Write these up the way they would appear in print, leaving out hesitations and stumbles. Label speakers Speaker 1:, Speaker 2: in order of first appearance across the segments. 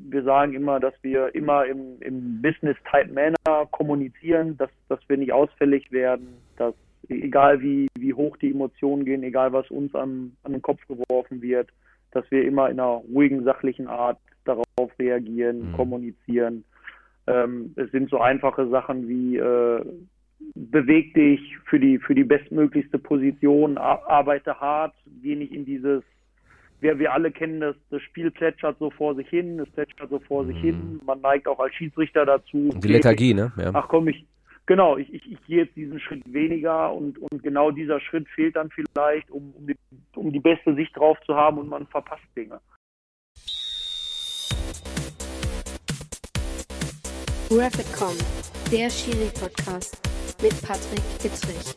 Speaker 1: wir sagen immer, dass wir immer im Business-Type-Manner kommunizieren, dass wir nicht ausfällig werden, dass egal wie hoch die Emotionen gehen, egal was uns an den Kopf geworfen wird, dass wir immer in einer ruhigen, sachlichen Art darauf reagieren, kommunizieren. Es sind so einfache Sachen wie beweg dich für die bestmöglichste Position, arbeite hart, geh nicht in dieses, wir alle kennen das Spiel plätschert so vor sich hin, es plätschert so vor sich hin, man neigt auch als Schiedsrichter dazu.
Speaker 2: Die Lethargie, ne? Ja.
Speaker 1: Ach komm, ich gehe jetzt diesen Schritt weniger und genau dieser Schritt fehlt dann vielleicht, um die beste Sicht drauf zu haben und man verpasst Dinge.
Speaker 3: Rapid.com, der Schiri-Podcast mit Patrick Ittrich.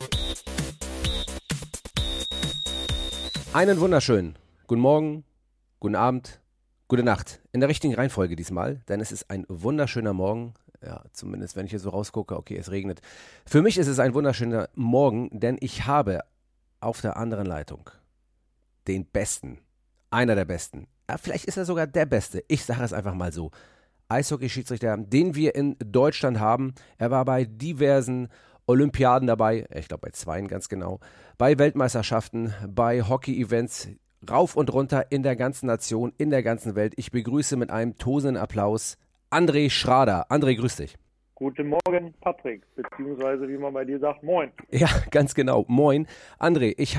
Speaker 2: Einen wunderschönen guten Morgen, guten Abend, gute Nacht. In der richtigen Reihenfolge diesmal, denn es ist ein wunderschöner Morgen. Ja, zumindest wenn ich hier so rausgucke, okay, es regnet. Für mich ist es ein wunderschöner Morgen, denn ich habe auf der anderen Leitung den Besten, einer der Besten. Ja, vielleicht ist er sogar der Beste. Ich sage es einfach mal so. Eishockey-Schiedsrichter, den wir in Deutschland haben. Er war bei diversen Olympiaden dabei, ich glaube bei 2 ganz genau, bei Weltmeisterschaften, bei Hockey-Events, rauf und runter in der ganzen Nation, in der ganzen Welt. Ich begrüße mit einem tosenden Applaus André Schrader. André, grüß dich.
Speaker 1: Guten Morgen, Patrick, beziehungsweise wie man bei dir sagt, moin.
Speaker 2: Ja, ganz genau, moin. André, ich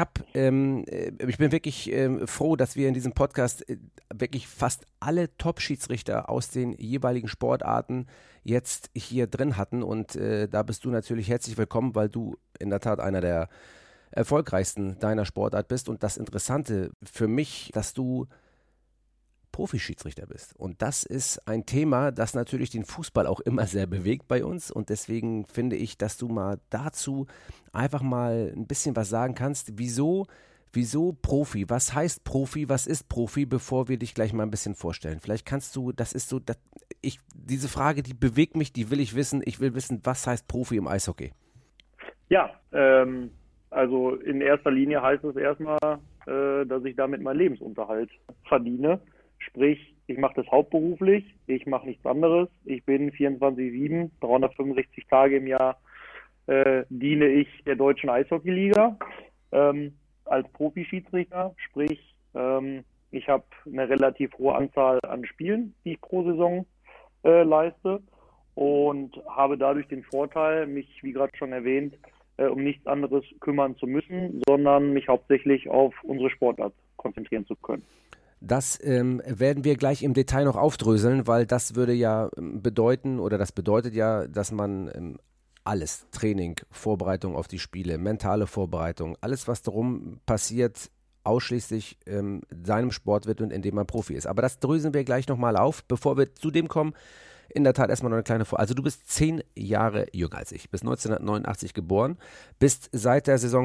Speaker 2: bin wirklich froh, dass wir in diesem Podcast wirklich fast alle Top-Schiedsrichter aus den jeweiligen Sportarten jetzt hier drin hatten und da bist du natürlich herzlich willkommen, weil du in der Tat einer der erfolgreichsten deiner Sportart bist und das Interessante für mich, dass du Profischiedsrichter bist. Und das ist ein Thema, das natürlich den Fußball auch immer sehr bewegt bei uns. Und deswegen finde ich, dass du mal dazu einfach mal ein bisschen was sagen kannst. Wieso Profi? Was heißt Profi? Was ist Profi? Bevor wir dich gleich mal ein bisschen vorstellen. Vielleicht kannst du, diese Frage, die bewegt mich, die will ich wissen. Ich will wissen, was heißt Profi im Eishockey?
Speaker 1: Ja, also in erster Linie heißt es erstmal, dass ich damit meinen Lebensunterhalt verdiene. Sprich, ich mache das hauptberuflich, ich mache nichts anderes. Ich bin 24/7, 365 Tage im Jahr diene ich der Deutschen Eishockeyliga als Profi-Schiedsrichter. Sprich, ich habe eine relativ hohe Anzahl an Spielen, die ich pro Saison leiste und habe dadurch den Vorteil, mich, wie gerade schon erwähnt, um nichts anderes kümmern zu müssen, sondern mich hauptsächlich auf unsere Sportart konzentrieren zu können.
Speaker 2: Das werden wir gleich im Detail noch aufdröseln, weil das würde ja bedeuten, oder das bedeutet ja, dass man alles, Training, Vorbereitung auf die Spiele, mentale Vorbereitung, alles, was darum passiert, ausschließlich seinem Sport wird und indem man Profi ist. Aber das dröseln wir gleich nochmal auf, bevor wir zu dem kommen. In der Tat erstmal noch eine kleine Also du bist 10 Jahre jünger als ich, bist 1989 geboren, bist seit der Saison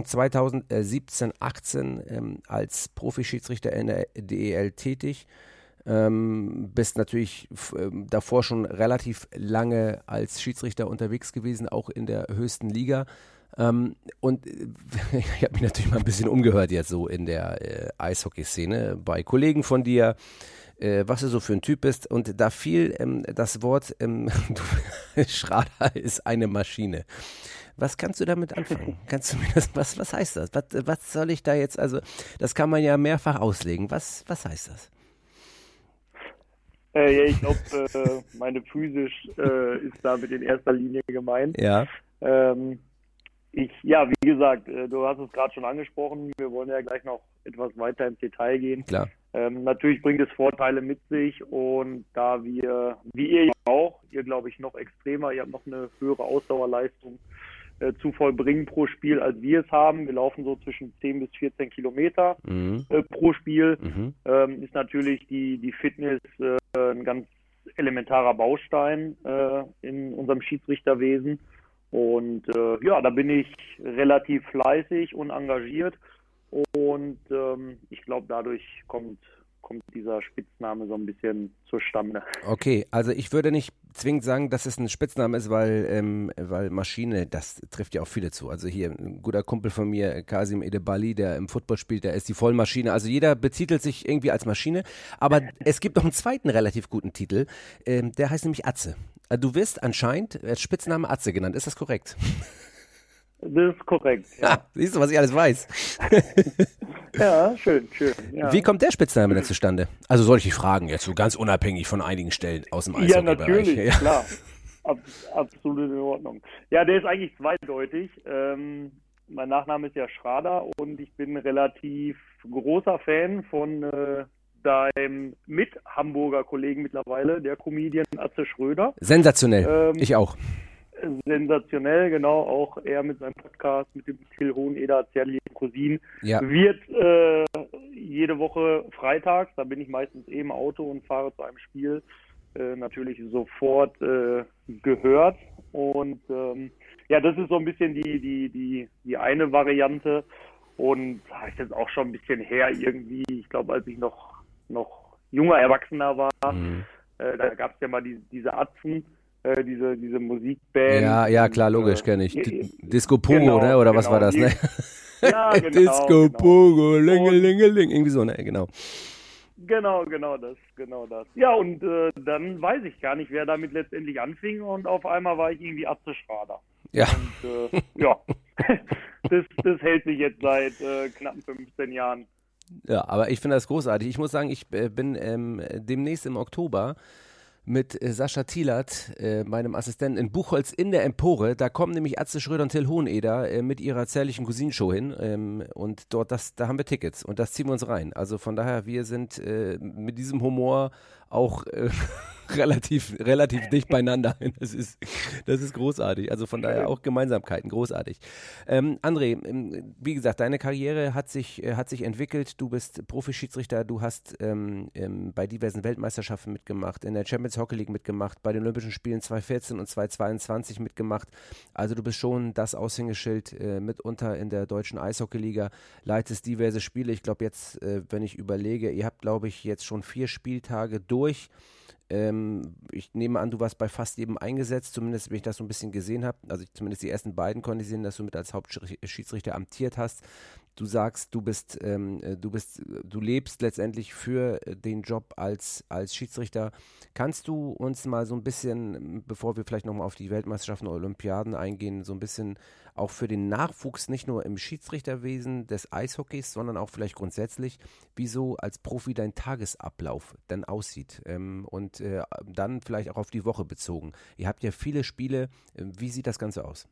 Speaker 2: 2017/18 als Profischiedsrichter in der DEL tätig, bist natürlich davor schon relativ lange als Schiedsrichter unterwegs gewesen, auch in der höchsten Liga. Und ich habe mich natürlich mal ein bisschen umgehört jetzt so in der Eishockey-Szene bei Kollegen von dir, was du so für ein Typ bist. Und da fiel das Wort, Schrader ist eine Maschine. Was kannst du damit anfangen? Kannst du mir was heißt das? Was soll ich da jetzt, also das kann man ja mehrfach auslegen. Was heißt das?
Speaker 1: Ja, ich glaube, meine physisch ist damit in erster Linie gemeint.
Speaker 2: Ja.
Speaker 1: Wie gesagt, du hast es gerade schon angesprochen, wir wollen ja gleich noch etwas weiter ins Detail gehen.
Speaker 2: Klar.
Speaker 1: Natürlich bringt es Vorteile mit sich und da wir, wie ihr auch, ihr glaube ich noch extremer, ihr habt noch eine höhere Ausdauerleistung zu vollbringen pro Spiel, als wir es haben. Wir laufen so zwischen 10 bis 14 Kilometer pro Spiel. Ist natürlich die Fitness ein ganz elementarer Baustein in unserem Schiedsrichterwesen. Und da bin ich relativ fleißig und engagiert und ich glaube, dadurch kommt dieser Spitzname so ein bisschen zustande.
Speaker 2: Okay, also ich würde nicht zwingend sagen, dass es ein Spitzname ist, weil Maschine, das trifft ja auch viele zu. Also hier ein guter Kumpel von mir, Kasim Edebali, der im Football spielt, der ist die Vollmaschine. Also jeder betitelt sich irgendwie als Maschine. Aber es gibt noch einen zweiten relativ guten Titel, der heißt nämlich Atze. Du wirst anscheinend als Spitzname Atze genannt. Ist das korrekt?
Speaker 1: Das ist korrekt, ja.
Speaker 2: Siehst du, was ich alles weiß?
Speaker 1: Ja, schön. Ja.
Speaker 2: Wie kommt der Spitzname denn zustande? Also soll ich dich fragen, jetzt so ganz unabhängig von einigen Stellen aus dem
Speaker 1: Ja,
Speaker 2: Eishockey-Bereich.
Speaker 1: natürlich,
Speaker 2: Ja.
Speaker 1: klar. Absolut in Ordnung. Ja, der ist eigentlich zweideutig. Mein Nachname ist ja Schrader und ich bin relativ großer Fan von deinem Mit-Hamburger Kollegen mittlerweile, der Comedian Atze Schröder.
Speaker 2: Sensationell, ich auch.
Speaker 1: Sensationell, genau, auch er mit seinem Podcast mit dem Till Hoheneder, Zärtliche Cousinen,
Speaker 2: Ja.
Speaker 1: wird jede Woche freitags, da bin ich meistens im Auto und fahre zu einem Spiel, natürlich sofort gehört. Und ja, das ist so ein bisschen die eine Variante. Und das ist jetzt auch schon ein bisschen her irgendwie, ich glaube, als ich noch junger Erwachsener war, da gab es ja mal diese Atzen, diese Musikband.
Speaker 2: Ja, klar, logisch, kenne ich. Disco Pogo,
Speaker 1: genau,
Speaker 2: ne? Oder was war das, ne?
Speaker 1: Ja, genau.
Speaker 2: Disco Pogo, Lingelingeling, irgendwie so, ne? Genau.
Speaker 1: Genau das. Ja, und dann weiß ich gar nicht, wer damit letztendlich anfing und auf einmal war ich irgendwie Atze Schrader.
Speaker 2: Ja.
Speaker 1: Und ja, das hält sich jetzt seit knappen 15 Jahren.
Speaker 2: Ja, aber ich finde das großartig. Ich muss sagen, ich bin demnächst im Oktober mit Sascha Thielert, meinem Assistenten, in Buchholz in der Empore. Da kommen nämlich Atze Schröder und Till Hoheneder mit ihrer Zärtlichen Cousinenshow hin. Und dort, da haben wir Tickets und das ziehen wir uns rein. Also von daher, wir sind mit diesem Humor auch relativ dicht beieinander. Das ist großartig. Also von daher auch Gemeinsamkeiten, großartig. André, wie gesagt, deine Karriere hat sich entwickelt. Du bist Profischiedsrichter, du hast bei diversen Weltmeisterschaften mitgemacht, in der Champions Hockey League mitgemacht, bei den Olympischen Spielen 2014 und 2022 mitgemacht. Also du bist schon das Aushängeschild mitunter in der deutschen Eishockeyliga, leitest diverse Spiele. Ich glaube jetzt, wenn ich überlege, ihr habt, glaube ich, jetzt schon 4 Spieltage durch. Ich nehme an, du warst bei fast jedem eingesetzt, zumindest wenn ich das so ein bisschen gesehen habe. Also zumindest die ersten beiden konnte ich sehen, dass du mit als Hauptschiedsrichter amtiert hast. Du sagst, du lebst letztendlich für den Job als Schiedsrichter. Kannst du uns mal so ein bisschen, bevor wir vielleicht nochmal auf die Weltmeisterschaften oder Olympiaden eingehen, so ein bisschen auch für den Nachwuchs, nicht nur im Schiedsrichterwesen des Eishockeys, sondern auch vielleicht grundsätzlich, wie so als Profi dein Tagesablauf dann aussieht und dann vielleicht auch auf die Woche bezogen. Ihr habt ja viele Spiele. Wie sieht das Ganze aus?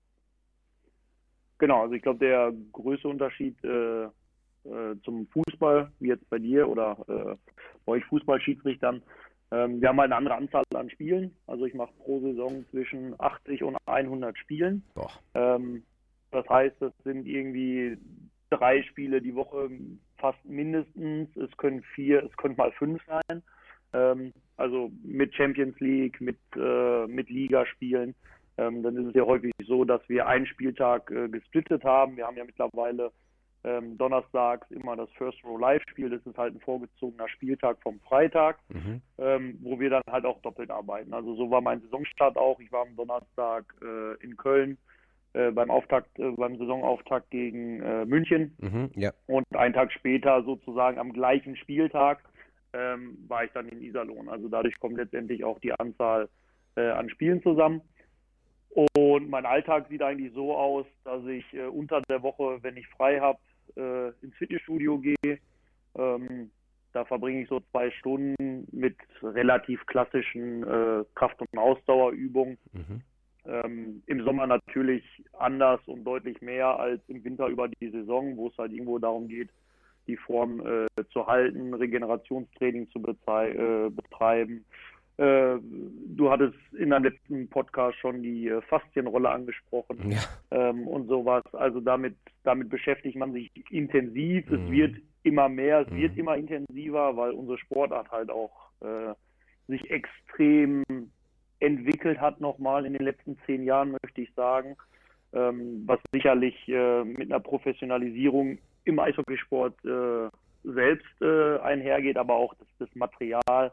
Speaker 1: Genau, also ich glaube, der größte Unterschied zum Fußball, wie jetzt bei dir oder bei euch Fußballschiedsrichtern, wir haben halt eine andere Anzahl an Spielen. Also ich mache pro Saison zwischen 80 und 100 Spielen. Das heißt, das sind irgendwie 3 Spiele die Woche fast mindestens. Es können 4, es können mal 5 sein. Also mit Champions League, mit Ligaspielen. Dann ist es ja häufig so, dass wir einen Spieltag gesplittet haben. Wir haben ja mittlerweile donnerstags immer das First Row Live-Spiel. Das ist halt ein vorgezogener Spieltag vom Freitag, wo wir dann halt auch doppelt arbeiten. Also so war mein Saisonstart auch. Ich war am Donnerstag in Köln beim Saisonauftakt gegen München.
Speaker 2: Ja.
Speaker 1: Und einen Tag später sozusagen am gleichen Spieltag war ich dann in Iserlohn. Also dadurch kommt letztendlich auch die Anzahl an Spielen zusammen. Und mein Alltag sieht eigentlich so aus, dass ich unter der Woche, wenn ich frei habe, ins Fitnessstudio gehe. Da verbringe ich so 2 Stunden mit relativ klassischen Kraft- und Ausdauerübungen. Im Sommer natürlich anders und deutlich mehr als im Winter über die Saison, wo es halt irgendwo darum geht, die Form zu halten, Regenerationstraining zu betreiben. Du hattest in deinem letzten Podcast schon die Faszienrolle angesprochen, und sowas. Also damit beschäftigt man sich intensiv. Es wird immer mehr, es wird immer intensiver, weil unsere Sportart halt auch sich extrem entwickelt hat nochmal in den letzten 10 Jahren, möchte ich sagen. Was sicherlich mit einer Professionalisierung im Eishockeysport selbst einhergeht, aber auch das Material,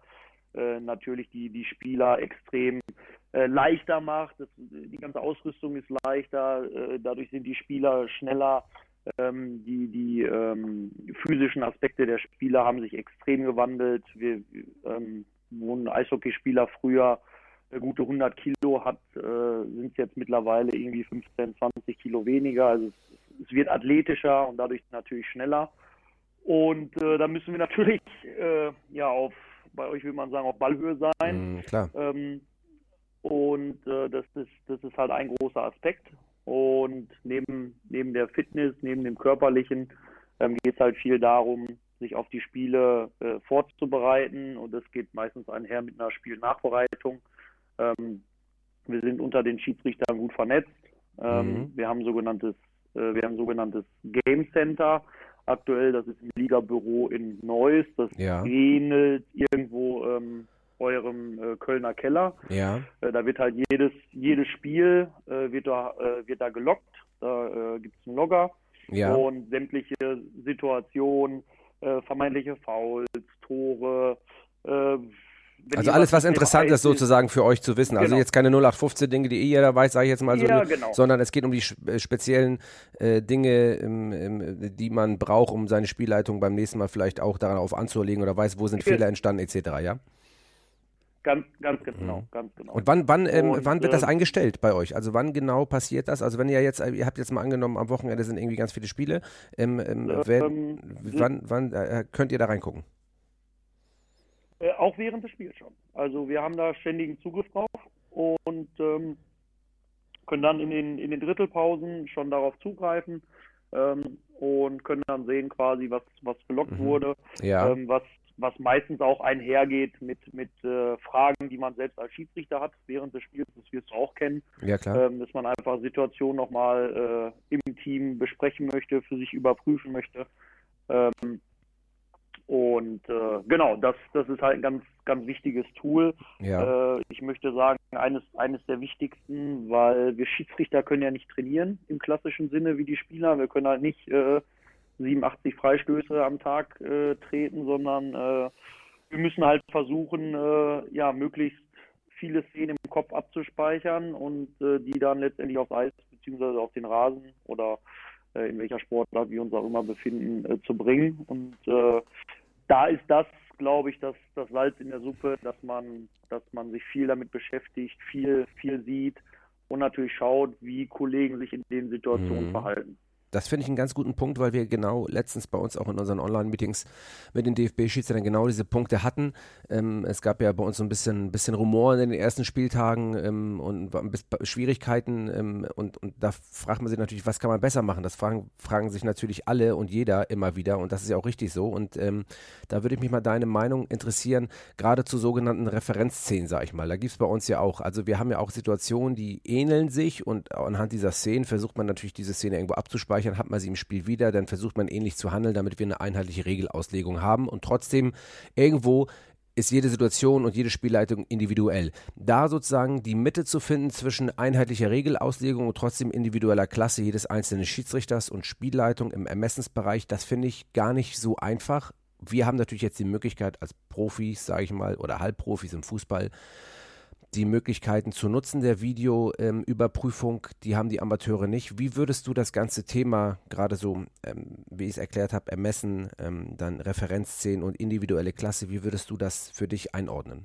Speaker 1: natürlich die Spieler extrem leichter macht. Die ganze Ausrüstung ist leichter, dadurch sind die Spieler schneller. Die physischen Aspekte der Spieler haben sich extrem gewandelt. Wo ein Eishockeyspieler früher gute 100 Kilo hat, sind es jetzt mittlerweile irgendwie 15, 20 Kilo weniger. Also es wird athletischer und dadurch natürlich schneller. Und da müssen wir natürlich bei euch will man sagen, auf Ballhöhe sein.
Speaker 2: Klar.
Speaker 1: Das ist halt ein großer Aspekt. Und neben der Fitness, neben dem Körperlichen, geht es halt viel darum, sich auf die Spiele vorzubereiten. Und das geht meistens einher mit einer Spielnachbereitung. Wir sind unter den Schiedsrichtern gut vernetzt. Wir haben sogenanntes Game Center. Aktuell, das ist im Ligabüro in Neuss. Das ähnelt irgendwo eurem Kölner Keller.
Speaker 2: Ja.
Speaker 1: Da wird halt jedes Spiel wird da geloggt. Da gibt es einen Logger.
Speaker 2: Ja.
Speaker 1: Und sämtliche Situationen, vermeintliche Fouls, Tore.
Speaker 2: Also alles, was interessant ist, sozusagen für euch zu wissen. Also jetzt keine 0815-Dinge, die jeder weiß, sage ich jetzt mal so,
Speaker 1: genau.
Speaker 2: Sondern es geht um die speziellen Dinge, die man braucht, um seine Spielleitung beim nächsten Mal vielleicht auch darauf anzulegen oder weiß, wo sind Fehler entstanden, etc., ja?
Speaker 1: Ganz genau, ganz genau.
Speaker 2: Und wann wird das eingestellt bei euch? Also wann genau passiert das? Also wenn ihr habt jetzt mal angenommen, am Wochenende sind irgendwie ganz viele Spiele, wann könnt ihr da reingucken?
Speaker 1: Auch während des Spiels schon. Also wir haben da ständigen Zugriff drauf und können dann in den Drittelpausen schon darauf zugreifen und können dann sehen quasi, was gelockt wurde, was meistens auch einhergeht mit Fragen, die man selbst als Schiedsrichter hat während des Spiels, das wirst du auch kennen,
Speaker 2: ja, klar.
Speaker 1: Dass man einfach Situationen nochmal im Team besprechen möchte, für sich überprüfen möchte. Genau, das ist halt ein ganz, ganz wichtiges Tool.
Speaker 2: Ja.
Speaker 1: Ich möchte sagen, eines der wichtigsten, weil wir Schiedsrichter können ja nicht trainieren im klassischen Sinne wie die Spieler. Wir können halt nicht 87 Freistöße am Tag treten, sondern wir müssen halt versuchen, möglichst viele Szenen im Kopf abzuspeichern und die dann letztendlich aufs Eis bzw. auf den Rasen oder in welcher Sportart wir uns auch immer befinden, zu bringen. Und da ist das, glaube ich, das Salz in der Suppe, dass man sich viel damit beschäftigt, viel sieht und natürlich schaut, wie Kollegen sich in den Situationen verhalten.
Speaker 2: Das finde ich einen ganz guten Punkt, weil wir genau letztens bei uns auch in unseren Online-Meetings mit den DFB-Schiedsrichtern genau diese Punkte hatten. Es gab ja bei uns so ein bisschen Rumor in den ersten Spieltagen und Schwierigkeiten und da fragt man sich natürlich, was kann man besser machen? Das fragen sich natürlich alle und jeder immer wieder und das ist ja auch richtig so und da würde mich mal deine Meinung interessieren, gerade zu sogenannten Referenzszenen, sage ich mal. Da gibt es bei uns ja auch, also wir haben ja auch Situationen, die ähneln sich und anhand dieser Szenen versucht man natürlich diese Szene irgendwo abzuspeichern, hat man sie im Spiel wieder, dann versucht man ähnlich zu handeln, damit wir eine einheitliche Regelauslegung haben und trotzdem irgendwo ist jede Situation und jede Spielleitung individuell. Da sozusagen die Mitte zu finden zwischen einheitlicher Regelauslegung und trotzdem individueller Klasse jedes einzelnen Schiedsrichters und Spielleitung im Ermessensbereich, das finde ich gar nicht so einfach. Wir haben natürlich jetzt die Möglichkeit als Profis, sage ich mal, oder Halbprofis im Fußball, die Möglichkeiten zu nutzen der Videoüberprüfung, die haben die Amateure nicht. Wie würdest du das ganze Thema, gerade so, wie ich es erklärt habe, Ermessen, dann Referenzszenen und individuelle Klasse, wie würdest du das für dich einordnen?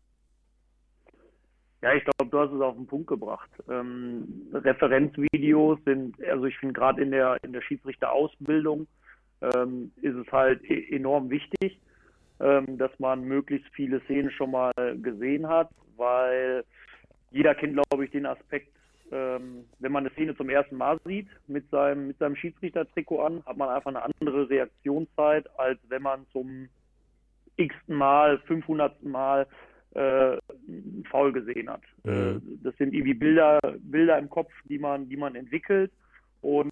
Speaker 1: Ja, ich glaube, du hast es auf den Punkt gebracht. Referenzvideos sind, also ich finde gerade in der Schiedsrichterausbildung ist es halt enorm wichtig, dass man möglichst viele Szenen schon mal gesehen hat, weil jeder kennt, glaube ich, den Aspekt, wenn man eine Szene zum ersten Mal sieht mit seinem Schiedsrichtertrikot an, hat man einfach eine andere Reaktionszeit, als wenn man zum x-ten Mal, 500. Mal einen Foul gesehen hat. Das sind irgendwie Bilder im Kopf, die man entwickelt. Und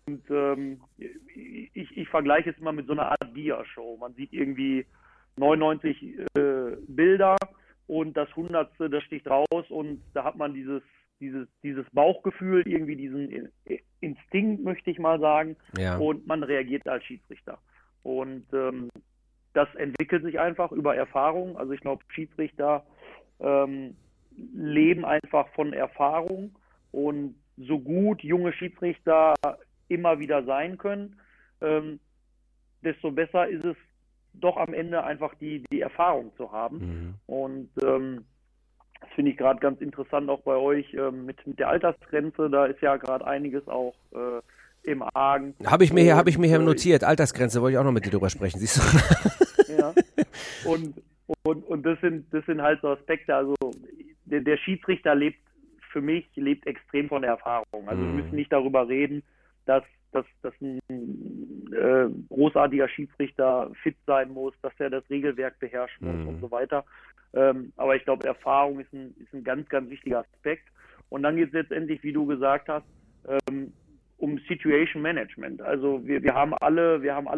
Speaker 1: ich vergleiche es immer mit so einer Art Dia-Show. Man sieht irgendwie 99 Bilder und das 100. das sticht raus und da hat man dieses Bauchgefühl, irgendwie diesen Instinkt, möchte ich mal sagen,
Speaker 2: ja.
Speaker 1: Und man reagiert als Schiedsrichter. Und das entwickelt sich einfach über Erfahrung. Also ich glaube, Schiedsrichter leben einfach von Erfahrung, und so gut junge Schiedsrichter immer wieder sein können, desto besser ist es doch am Ende einfach die Erfahrung zu haben. Und das finde ich gerade ganz interessant auch bei euch mit der Altersgrenze. Da ist ja gerade einiges auch im Argen.
Speaker 2: Habe ich mir hier notiert. Altersgrenze, wollte ich auch noch mit dir drüber sprechen, siehst du?
Speaker 1: Ja. Und das sind halt so Aspekte. Also der Schiedsrichter lebt extrem von der Erfahrung. Also wir müssen nicht darüber reden, dass ein großartiger Schiedsrichter fit sein muss, dass er das Regelwerk beherrschen muss und so weiter. Aber ich glaube, Erfahrung ist ein ganz, ganz wichtiger Aspekt. Und dann geht es letztendlich, wie du gesagt hast, um Situation Management. Also wir haben alle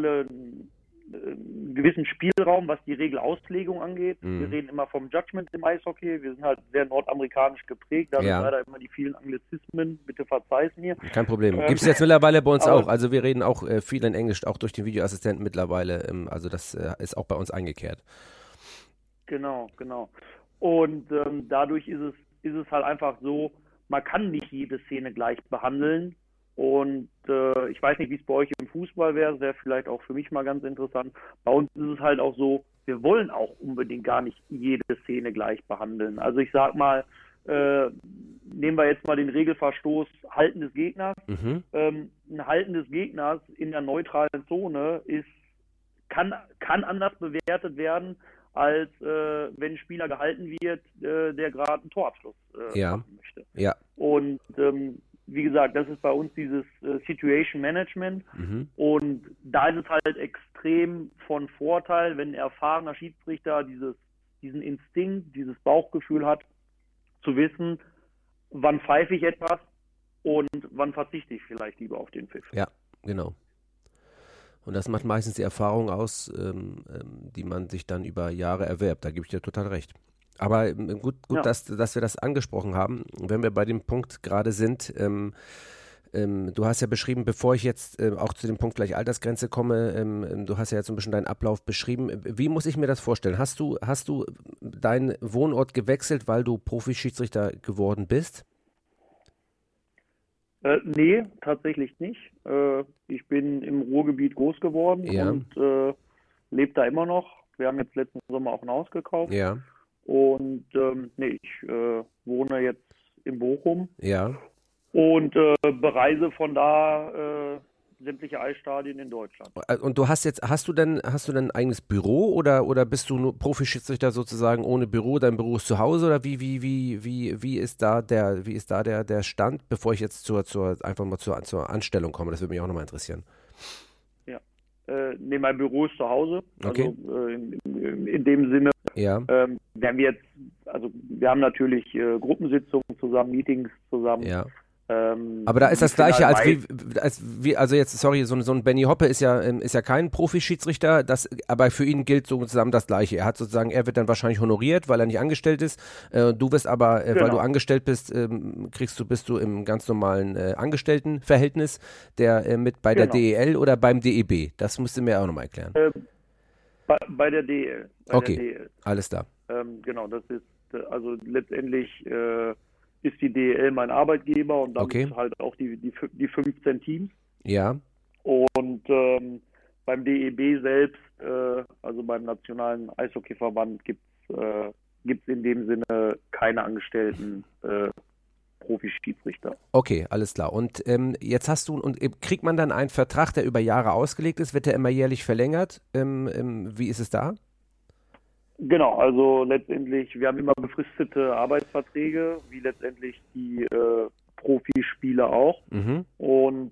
Speaker 1: einen gewissen Spielraum, was die Regelauslegung angeht. Wir reden immer vom Judgment im Eishockey. Wir sind halt sehr nordamerikanisch geprägt. Da sind leider immer die vielen Anglizismen. Bitte verzeih's mir.
Speaker 2: Kein Problem. Gibt es jetzt mittlerweile bei uns auch. Also wir reden auch viel in Englisch, auch durch den Videoassistenten mittlerweile. Also das ist auch bei uns eingekehrt.
Speaker 1: Genau. Und dadurch ist es halt einfach so, man kann nicht jede Szene gleich behandeln. Und ich weiß nicht, wie es bei euch im Fußball wäre, das wäre vielleicht auch für mich mal ganz interessant. Bei uns ist es halt auch so, wir wollen auch unbedingt gar nicht jede Szene gleich behandeln. Also ich sag mal, nehmen wir jetzt mal den Regelverstoß Halten des Gegners. Ein Halten des Gegners in der neutralen Zone kann anders bewertet werden, als wenn ein Spieler gehalten wird, der gerade einen Torabschluss machen möchte.
Speaker 2: Ja.
Speaker 1: Und wie gesagt, das ist bei uns dieses Situation Management, und da ist es halt extrem von Vorteil, wenn ein erfahrener Schiedsrichter diesen Instinkt, dieses Bauchgefühl hat, zu wissen, wann pfeife ich etwas und wann verzichte ich vielleicht lieber auf den Pfiff.
Speaker 2: Ja, genau. Und das macht meistens die Erfahrung aus, die man sich dann über Jahre erwerbt. Da gebe ich dir total recht. Aber gut, ja, dass wir das angesprochen haben. Wenn wir bei dem Punkt gerade sind, du hast ja beschrieben, bevor ich jetzt auch zu dem Punkt gleich Altersgrenze komme, du hast ja jetzt ein bisschen deinen Ablauf beschrieben. Wie muss ich mir das vorstellen? Hast du deinen Wohnort gewechselt, weil du Profi-Schiedsrichter geworden bist?
Speaker 1: Nee, tatsächlich nicht. Ich bin im Ruhrgebiet groß geworden und lebe da immer noch. Wir haben jetzt letzten Sommer auch ein Haus gekauft.
Speaker 2: Ja.
Speaker 1: Und ich wohne jetzt in Bochum.
Speaker 2: Ja.
Speaker 1: Und bereise von da sämtliche Eisstadien in Deutschland.
Speaker 2: Und hast du denn ein eigenes Büro oder bist du nur Profi-Schiedsrichter sozusagen ohne Büro? Dein Büro ist zu Hause oder wie ist da der Stand, bevor ich jetzt einfach mal zur Anstellung komme? Das würde mich auch nochmal interessieren.
Speaker 1: Ja. Mein Büro ist zu Hause.
Speaker 2: Okay.
Speaker 1: Also in dem Sinne.
Speaker 2: Ja.
Speaker 1: Wir haben natürlich Gruppensitzungen zusammen, Meetings zusammen.
Speaker 2: Ja. Aber da ist das Gleiche also jetzt, sorry, so ein Benny Hoppe ist ja kein Profi-Schiedsrichter, aber für ihn gilt sozusagen das Gleiche. Er wird dann wahrscheinlich honoriert, weil er nicht angestellt ist. Du wirst aber, weil du angestellt bist, bist du im ganz normalen Angestelltenverhältnis, der bei der DEL oder beim DEB. Das musst du mir auch nochmal erklären.
Speaker 1: Bei der DEL.
Speaker 2: Okay,
Speaker 1: der DEL.
Speaker 2: Alles klar.
Speaker 1: Genau, das ist also letztendlich ist die DEL mein Arbeitgeber und dann halt auch die 15 Teams.
Speaker 2: Ja.
Speaker 1: Und beim DEB selbst, also beim Nationalen Eishockeyverband, gibt's in dem Sinne keine angestellten Profi-Schiedsrichter.
Speaker 2: Okay, alles klar. Und jetzt kriegt man dann einen Vertrag, der über Jahre ausgelegt ist? Wird der immer jährlich verlängert? Wie ist es da?
Speaker 1: Genau, also letztendlich, wir haben immer befristete Arbeitsverträge, wie letztendlich die Profispieler auch. Und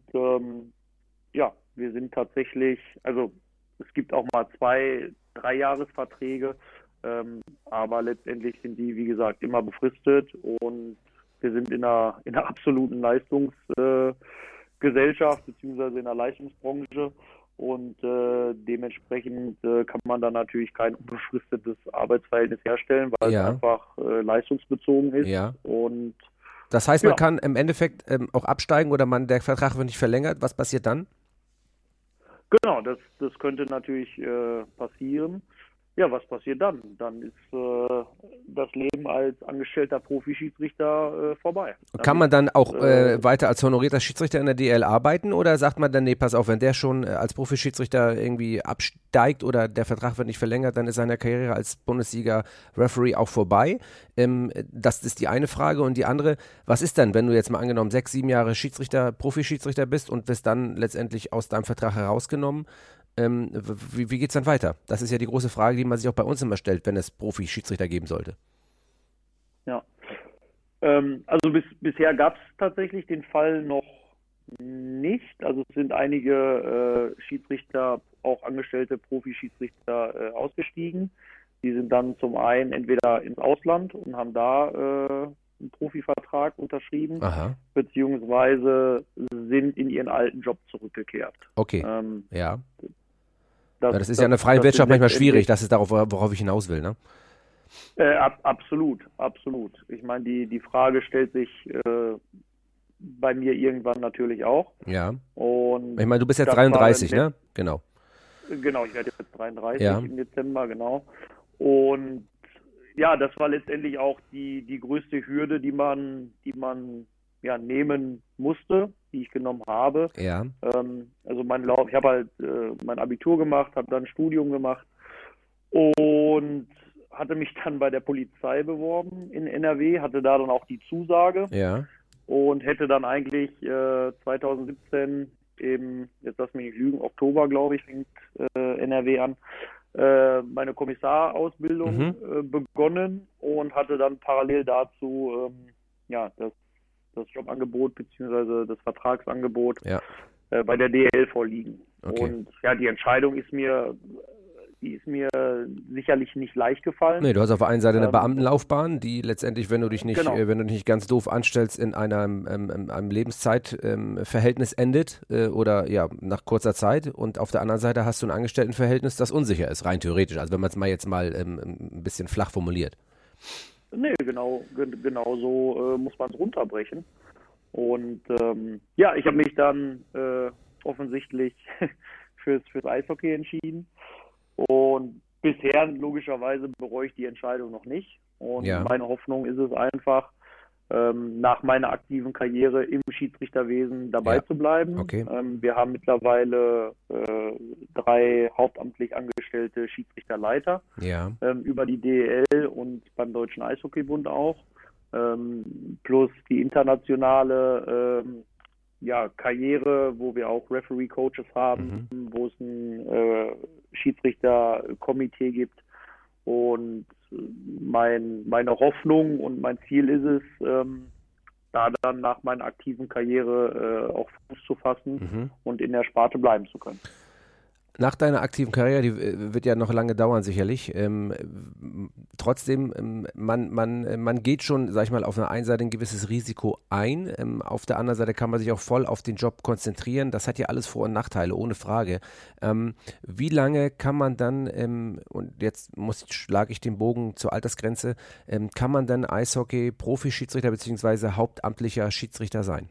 Speaker 1: wir sind tatsächlich, also es gibt auch mal 2-3 Jahresverträge, aber letztendlich sind die, wie gesagt, immer befristet und wir sind in einer absoluten Leistungsgesellschaft beziehungsweise in der Leistungsbranche. Und dementsprechend kann man dann natürlich kein unbefristetes Arbeitsverhältnis herstellen, weil es einfach leistungsbezogen ist.
Speaker 2: Ja.
Speaker 1: Und
Speaker 2: das heißt, man kann im Endeffekt auch absteigen oder der Vertrag wird nicht verlängert. Was passiert dann?
Speaker 1: Genau, das könnte natürlich passieren. Ja, was passiert dann? Dann ist das Leben als angestellter Profischiedsrichter vorbei.
Speaker 2: Kann man dann auch weiter als honorierter Schiedsrichter in der DL arbeiten oder sagt man dann, nee, pass auf, wenn der schon als Profischiedsrichter irgendwie absteigt oder der Vertrag wird nicht verlängert, dann ist seine Karriere als Bundesliga-Referee auch vorbei? Das ist die eine Frage. Und die andere, was ist dann, wenn du jetzt mal angenommen 6, 7 Jahre Profischiedsrichter bist und wirst dann letztendlich aus deinem Vertrag herausgenommen? Wie geht es dann weiter? Das ist ja die große Frage, die man sich auch bei uns immer stellt, wenn es Profi-Schiedsrichter geben sollte.
Speaker 1: Ja, also bisher gab es tatsächlich den Fall noch nicht. Also es sind einige Schiedsrichter, auch angestellte Profi-Schiedsrichter ausgestiegen. Die sind dann zum einen entweder ins Ausland und haben da einen Profivertrag unterschrieben, beziehungsweise sind in ihren alten Job zurückgekehrt.
Speaker 2: Okay, ja. Das ist ja in der freien Wirtschaft manchmal schwierig, das ist darauf, worauf ich hinaus will, ne?
Speaker 1: Absolut. Ich meine, die Frage stellt sich bei mir irgendwann natürlich auch.
Speaker 2: Ja.
Speaker 1: Und
Speaker 2: ich meine, du bist jetzt 33, ne? Genau.
Speaker 1: Genau, ich werde jetzt 33
Speaker 2: ja.
Speaker 1: im Dezember, genau. Und ja, das war letztendlich auch die größte Hürde, die man ja nehmen musste, die ich genommen habe.
Speaker 2: Ja.
Speaker 1: Also ich habe halt mein Abitur gemacht, habe dann ein Studium gemacht und hatte mich dann bei der Polizei beworben in NRW, hatte da dann auch die Zusage.
Speaker 2: Ja.
Speaker 1: Und hätte dann eigentlich 2017 eben, jetzt lass mich nicht lügen, Oktober, glaube ich, fängt NRW an, meine Kommissarausbildung begonnen und hatte dann parallel dazu das Jobangebot bzw. das Vertragsangebot bei der DL vorliegen.
Speaker 2: Okay.
Speaker 1: Und ja, die Entscheidung ist mir sicherlich nicht leicht gefallen.
Speaker 2: Nee, du hast auf der einen Seite eine Beamtenlaufbahn, die letztendlich, wenn du dich nicht ganz doof anstellst, in einem Lebenszeitverhältnis endet oder ja, nach kurzer Zeit. Und auf der anderen Seite hast du ein Angestelltenverhältnis, das unsicher ist, rein theoretisch. Also wenn man es mal jetzt mal ein bisschen flach formuliert.
Speaker 1: Nee, genau so muss man es runterbrechen. Und ja, ich habe mich dann offensichtlich fürs Eishockey entschieden. Und bisher, logischerweise, bereue ich die Entscheidung noch nicht. Und meine Hoffnung ist es einfach, nach meiner aktiven Karriere im Schiedsrichterwesen dabei zu bleiben.
Speaker 2: Okay.
Speaker 1: Wir haben mittlerweile 3 hauptamtlich angestellte Schiedsrichterleiter über die DEL und beim Deutschen Eishockeybund auch. Plus die internationale Karriere, wo wir auch Referee-Coaches haben, wo es ein Schiedsrichterkomitee gibt. Und meine Hoffnung und mein Ziel ist es, da dann nach meiner aktiven Karriere auch Fuß zu fassen und in der Sparte bleiben zu können.
Speaker 2: Nach deiner aktiven Karriere, die wird ja noch lange dauern sicherlich, trotzdem, man geht schon, sag ich mal, auf der einen Seite ein gewisses Risiko ein, auf der anderen Seite kann man sich auch voll auf den Job konzentrieren, das hat ja alles Vor- und Nachteile, ohne Frage. Wie lange kann man dann, und jetzt schlage ich den Bogen zur Altersgrenze, kann man dann Eishockey-Profi-Schiedsrichter bzw. hauptamtlicher Schiedsrichter sein?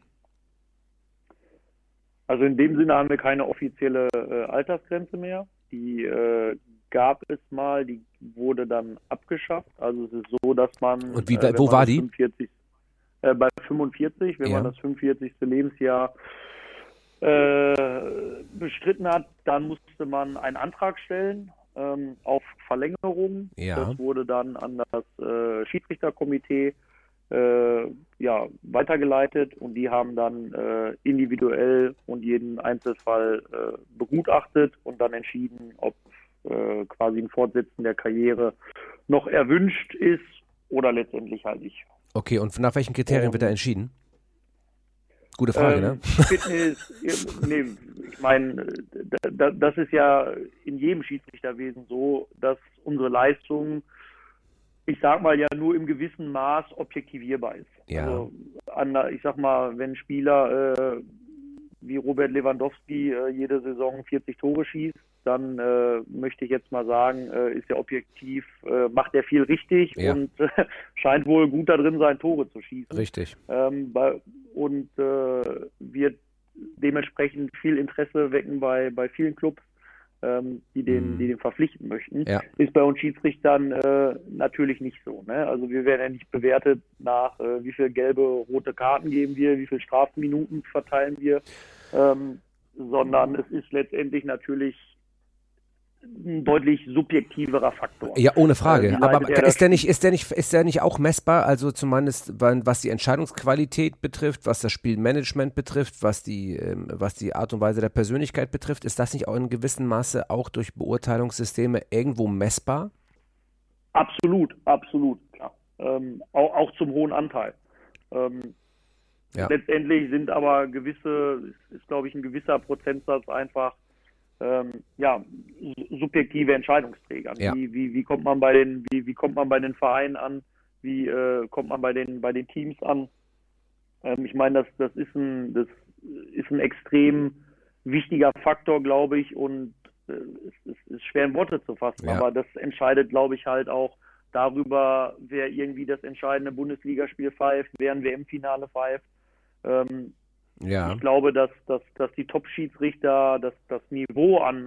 Speaker 1: Also in dem Sinne haben wir keine offizielle Altersgrenze mehr. Die gab es mal, die wurde dann abgeschafft. Also es ist so, dass man...
Speaker 2: Und wo war die?
Speaker 1: Bei 45, wenn man das 45. Lebensjahr bestritten hat, dann musste man einen Antrag stellen auf Verlängerung. Das wurde dann an das Schiedsrichterkomitee weitergeleitet und die haben dann individuell und jeden Einzelfall begutachtet und dann entschieden, ob quasi ein Fortsetzen der Karriere noch erwünscht ist oder letztendlich halt nicht.
Speaker 2: Okay, und nach welchen Kriterien wird da entschieden? Gute Frage, ne?
Speaker 1: Fitness, ich meine, das ist ja in jedem Schiedsrichterwesen so, dass unsere Leistung, ich sag mal, ja nur im gewissen Maß objektivierbar ist.
Speaker 2: Ja.
Speaker 1: Also, ich sag mal, wenn ein Spieler wie Robert Lewandowski jede Saison 40 Tore schießt, dann möchte ich jetzt mal sagen, ist er objektiv, macht er viel richtig und scheint wohl gut da drin sein, Tore zu schießen.
Speaker 2: Richtig.
Speaker 1: Und wird dementsprechend viel Interesse wecken bei vielen Clubs, die den verpflichten möchten, ist bei uns Schiedsrichtern natürlich nicht so. Ne? Also wir werden ja nicht bewertet nach, wie viel gelbe, rote Karten geben wir, wie viel Strafminuten verteilen wir, sondern es ist letztendlich natürlich ein deutlich subjektiverer Faktor.
Speaker 2: Ja, ohne Frage. Aber ist der nicht auch messbar? Also zumindest was die Entscheidungsqualität betrifft, was das Spielmanagement betrifft, was die Art und Weise der Persönlichkeit betrifft, ist das nicht auch in gewissem Maße auch durch Beurteilungssysteme irgendwo messbar?
Speaker 1: Absolut, klar. Auch zum hohen Anteil. Letztendlich sind aber ist glaube ich ein gewisser Prozentsatz einfach subjektive Entscheidungsträger. Ja. Wie kommt man bei den Vereinen an? Wie kommt man bei den Teams an? Ich meine, das ist ein extrem wichtiger Faktor, glaube ich, und es ist schwer in Worte zu fassen. Ja. Aber das entscheidet, glaube ich, halt auch darüber, wer irgendwie das entscheidende Bundesligaspiel pfeift, wer ein WM-Finale pfeift. Ich glaube, dass die Top-Schiedsrichter das Niveau an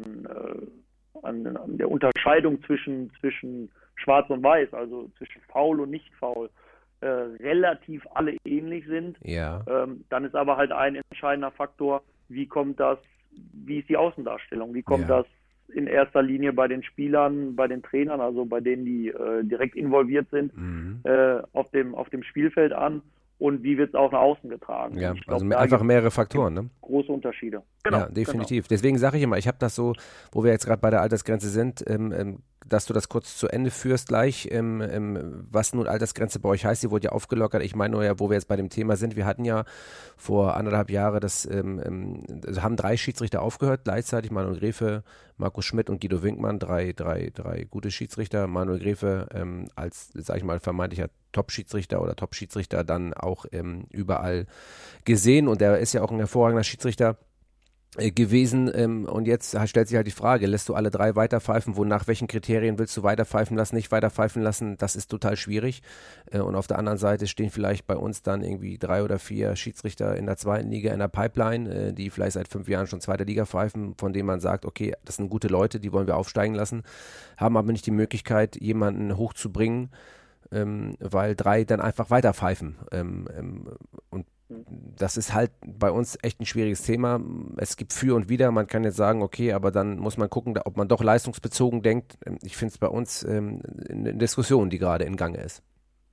Speaker 1: der Unterscheidung zwischen Schwarz und Weiß, also zwischen Foul und Nicht-Foul, relativ alle ähnlich sind. Ja. Dann ist aber halt ein entscheidender Faktor, wie ist die Außendarstellung, wie kommt das in erster Linie bei den Spielern, bei den Trainern, also bei denen, die direkt involviert sind, auf dem Spielfeld an. Und wie wird es auch nach außen getragen?
Speaker 2: Ja, also einfach mehrere Faktoren, ne?
Speaker 1: Große Unterschiede. Genau,
Speaker 2: ja, definitiv. Genau. Deswegen sage ich immer, ich habe das so, wo wir jetzt gerade bei der Altersgrenze sind, dass du das kurz zu Ende führst gleich, was nun Altersgrenze bei euch heißt, die wurde ja aufgelockert. Ich meine nur ja, wo wir jetzt bei dem Thema sind, wir hatten ja vor 1,5 Jahren haben 3 Schiedsrichter aufgehört, gleichzeitig Manuel Gräfe, Markus Schmidt und Guido Winkmann, drei gute Schiedsrichter. Manuel Gräfe als, sag ich mal, vermeintlicher Top-Schiedsrichter oder Top-Schiedsrichter dann auch überall gesehen und er ist ja auch ein hervorragender Schiedsrichter gewesen und jetzt stellt sich halt die Frage, lässt du alle 3 weiterpfeifen, nach welchen Kriterien willst du weiterpfeifen lassen, nicht weiterpfeifen lassen, das ist total schwierig und auf der anderen Seite stehen vielleicht bei uns dann irgendwie 3 oder 4 Schiedsrichter in der 2. Liga in der Pipeline, die vielleicht seit 5 Jahren schon 2. Liga pfeifen, von denen man sagt, okay, das sind gute Leute, die wollen wir aufsteigen lassen, haben aber nicht die Möglichkeit, jemanden hochzubringen, weil 3 dann einfach weiterpfeifen und das ist halt bei uns echt ein schwieriges Thema. Es gibt für und wider. Man kann jetzt sagen, okay, aber dann muss man gucken, ob man doch leistungsbezogen denkt. Ich finde es bei uns eine Diskussion, die gerade in Gange ist.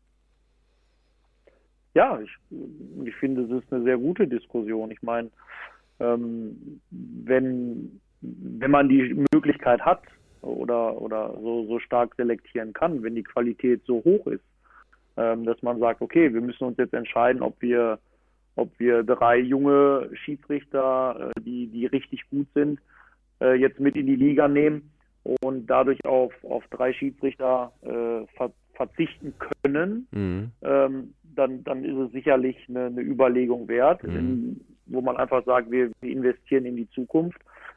Speaker 1: Ja, ich finde, es ist eine sehr gute Diskussion. Ich meine, wenn man die Möglichkeit hat oder so stark selektieren kann, wenn die Qualität so hoch ist, dass man sagt, okay, wir müssen uns jetzt entscheiden, ob wir 3 junge Schiedsrichter, die richtig gut sind, jetzt mit in die Liga nehmen und dadurch auf 3 Schiedsrichter verzichten können, dann ist es sicherlich eine Überlegung wert, wo man einfach sagt, wir investieren in die Zukunft.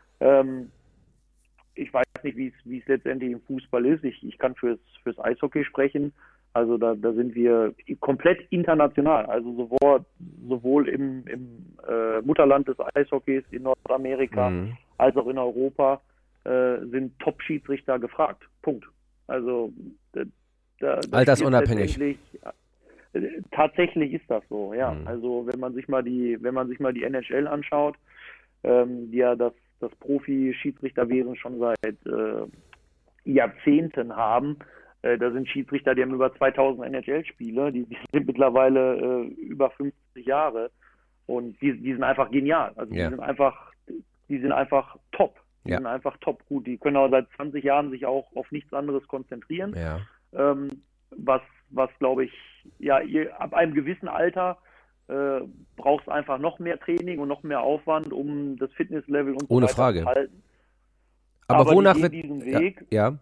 Speaker 1: Ich weiß nicht, wie es letztendlich im Fußball ist. Ich kann fürs Eishockey sprechen. Also da sind wir komplett international. Also sowohl im Mutterland des Eishockeys in Nordamerika als auch in Europa sind Top-Schiedsrichter gefragt. Punkt. Also
Speaker 2: altersunabhängig.
Speaker 1: Tatsächlich ist das so, ja. Also wenn man sich mal die NHL anschaut, die ja das Profi-Schiedsrichterwesen schon seit Jahrzehnten haben. Da sind Schiedsrichter, die haben über 2000 NHL-Spiele, die sind mittlerweile über 50 Jahre und die sind einfach genial. Also die sind einfach top. Die sind einfach top gut. Die können auch seit 20 Jahren sich auch auf nichts anderes konzentrieren. Ja. Was glaube ich, ab einem gewissen Alter brauchst einfach noch mehr Training und noch mehr Aufwand, um das Fitnesslevel und
Speaker 2: ohne so weiter zu halten.
Speaker 1: Aber
Speaker 2: wonach
Speaker 1: wird diesen Weg?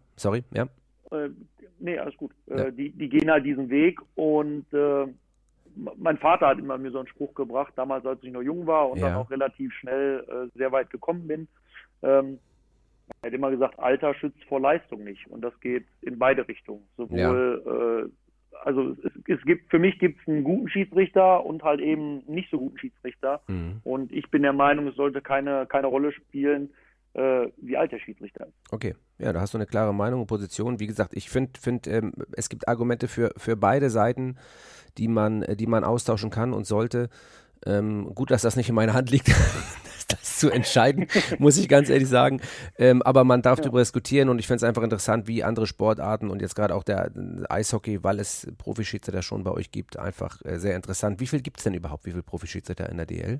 Speaker 1: Nee, alles gut. Ja. Die gehen halt diesen Weg und mein Vater hat immer mir so einen Spruch gebracht, damals als ich noch jung war und dann auch relativ schnell sehr weit gekommen bin. Er hat immer gesagt, Alter schützt vor Leistung nicht und das geht in beide Richtungen. Sowohl also für mich gibt es einen guten Schiedsrichter und halt eben nicht so guten Schiedsrichter. Und ich bin der Meinung, es sollte keine Rolle spielen, wie alt der Schiedsrichter ist.
Speaker 2: Okay, ja, da hast du eine klare Meinung und Position. Wie gesagt, ich finde, es gibt Argumente für beide Seiten, die man austauschen kann und sollte. Gut, dass das nicht in meiner Hand liegt, das zu entscheiden, muss ich ganz ehrlich sagen. Aber man darf darüber diskutieren und ich finde es einfach interessant, wie andere Sportarten und jetzt gerade auch der Eishockey, weil es Profischiedsrichter schon bei euch gibt, einfach sehr interessant. Wie viel gibt es denn überhaupt? Wie viele Profischiedsrichter in der DL?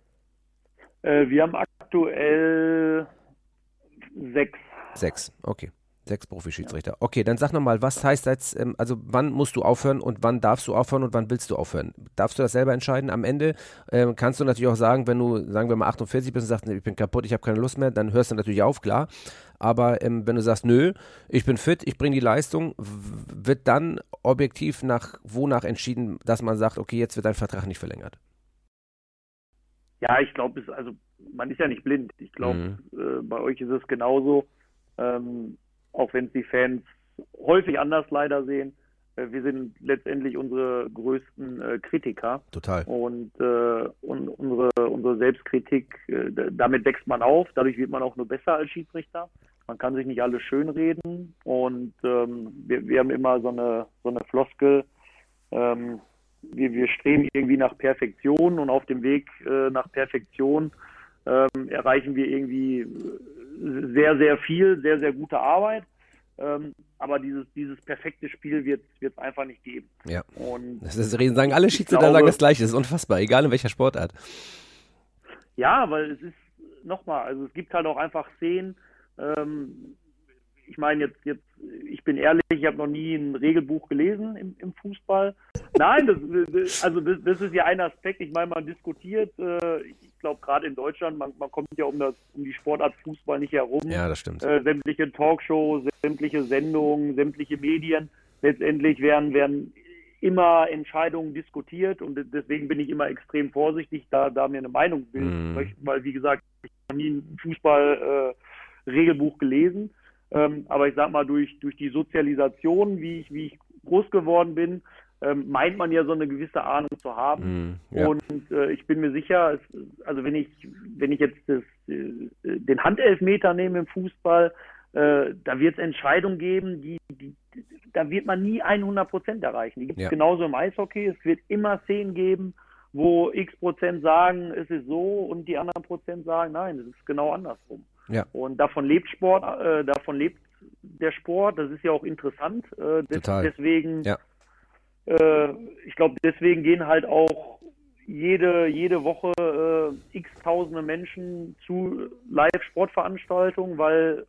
Speaker 1: Wir haben aktuell 6.
Speaker 2: 6, okay. 6 Profischiedsrichter. Okay, dann sag nochmal, was heißt jetzt, also wann musst du aufhören und wann darfst du aufhören und wann willst du aufhören? Darfst du das selber entscheiden? Am Ende kannst du natürlich auch sagen, wenn du, sagen wir mal, 48 bist und sagst, ich bin kaputt, ich habe keine Lust mehr, dann hörst du natürlich auf, klar. Aber wenn du sagst, nö, ich bin fit, ich bringe die Leistung, wird dann objektiv wonach entschieden, dass man sagt, okay, jetzt wird dein Vertrag nicht verlängert?
Speaker 1: Ja, ich glaube, also man ist ja nicht blind. Ich glaube, bei euch ist es genauso. Auch wenn es die Fans häufig anders leider sehen. Wir sind letztendlich unsere größten Kritiker.
Speaker 2: Total.
Speaker 1: Und unsere Selbstkritik, damit wächst man auf. Dadurch wird man auch nur besser als Schiedsrichter. Man kann sich nicht alles schönreden. Und wir haben immer so eine Floskel. Wir streben irgendwie nach Perfektion und auf dem Weg nach Perfektion erreichen wir irgendwie sehr, sehr viel, sehr, sehr gute Arbeit. Aber dieses perfekte Spiel wird es einfach nicht geben.
Speaker 2: Ja.
Speaker 1: Und
Speaker 2: sagen alle Schiedsrichter sagen das Gleiche. Das ist unfassbar, egal in welcher Sportart.
Speaker 1: Ja, weil es ist, nochmal, also es gibt halt auch einfach Szenen, ich meine jetzt, ich bin ehrlich, ich habe noch nie ein Regelbuch gelesen im Fußball. Nein, das ist ja ein Aspekt. Ich meine, man diskutiert, ich glaube gerade in Deutschland, man kommt ja um die Sportart Fußball nicht herum.
Speaker 2: Ja, das stimmt.
Speaker 1: Sämtliche Talkshows, sämtliche Sendungen, sämtliche Medien, letztendlich werden immer Entscheidungen diskutiert und deswegen bin ich immer extrem vorsichtig, da mir eine Meinung bilden möchte, weil wie gesagt, ich habe nie ein Fußball-Regelbuch gelesen. Aber ich sag mal, durch die Sozialisation, wie ich groß geworden bin, meint man ja so eine gewisse Ahnung zu haben.
Speaker 2: Ja.
Speaker 1: Und ich bin mir sicher, also wenn ich jetzt den Handelfmeter nehme im Fußball, da wird es Entscheidungen geben, da wird man nie 100% erreichen. Die gibt es genauso im Eishockey. Es wird immer Szenen geben, wo x% sagen, es ist so und die anderen Prozent sagen, nein, es ist genau andersrum.
Speaker 2: Ja.
Speaker 1: Und davon lebt der Sport, das ist ja auch interessant. Deswegen, ich glaube, deswegen gehen halt auch jede Woche x-tausende Menschen zu Live-Sportveranstaltungen, weil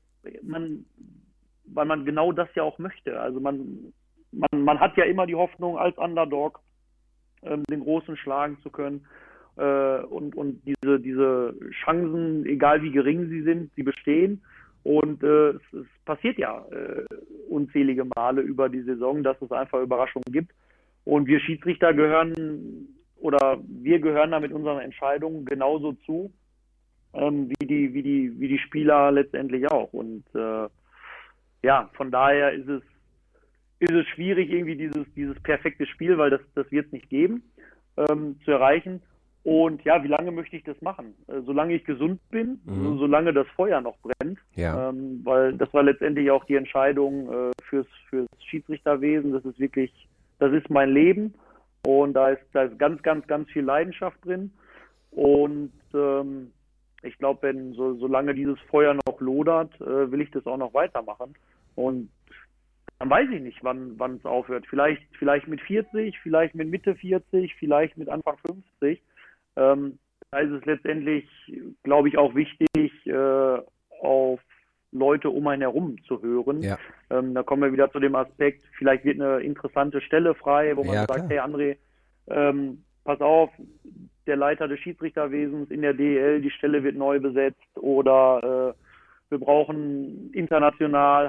Speaker 1: man genau das ja auch möchte. Also man hat ja immer die Hoffnung, als Underdog den Großen schlagen zu können. Und diese Chancen, egal wie gering sie sind, sie bestehen. Und es passiert ja unzählige Male über die Saison, dass es einfach Überraschungen gibt. Und wir Schiedsrichter gehören da mit unseren Entscheidungen genauso zu, wie die Spieler letztendlich auch. Und von daher ist es schwierig, irgendwie dieses perfekte Spiel, weil das wird es nicht geben, zu erreichen. Und ja, wie lange möchte ich das machen? Solange ich gesund bin, solange das Feuer noch brennt.
Speaker 2: Ja.
Speaker 1: Weil das war letztendlich auch die Entscheidung fürs Schiedsrichterwesen. Das ist mein Leben. Und da ist ganz, ganz, ganz viel Leidenschaft drin. Und ich glaube, solange dieses Feuer noch lodert, will ich das auch noch weitermachen. Und dann weiß ich nicht, wann es aufhört. Vielleicht mit 40, vielleicht mit Mitte 40, vielleicht mit Anfang 50. Da ist es letztendlich, glaube ich, auch wichtig, auf Leute um einen herum zu hören.
Speaker 2: Ja.
Speaker 1: Da kommen wir wieder zu dem Aspekt, vielleicht wird eine interessante Stelle frei, wo man sagt,
Speaker 2: klar.
Speaker 1: hey André, pass auf, der Leiter des Schiedsrichterwesens in der DEL, die Stelle wird neu besetzt oder wir brauchen international,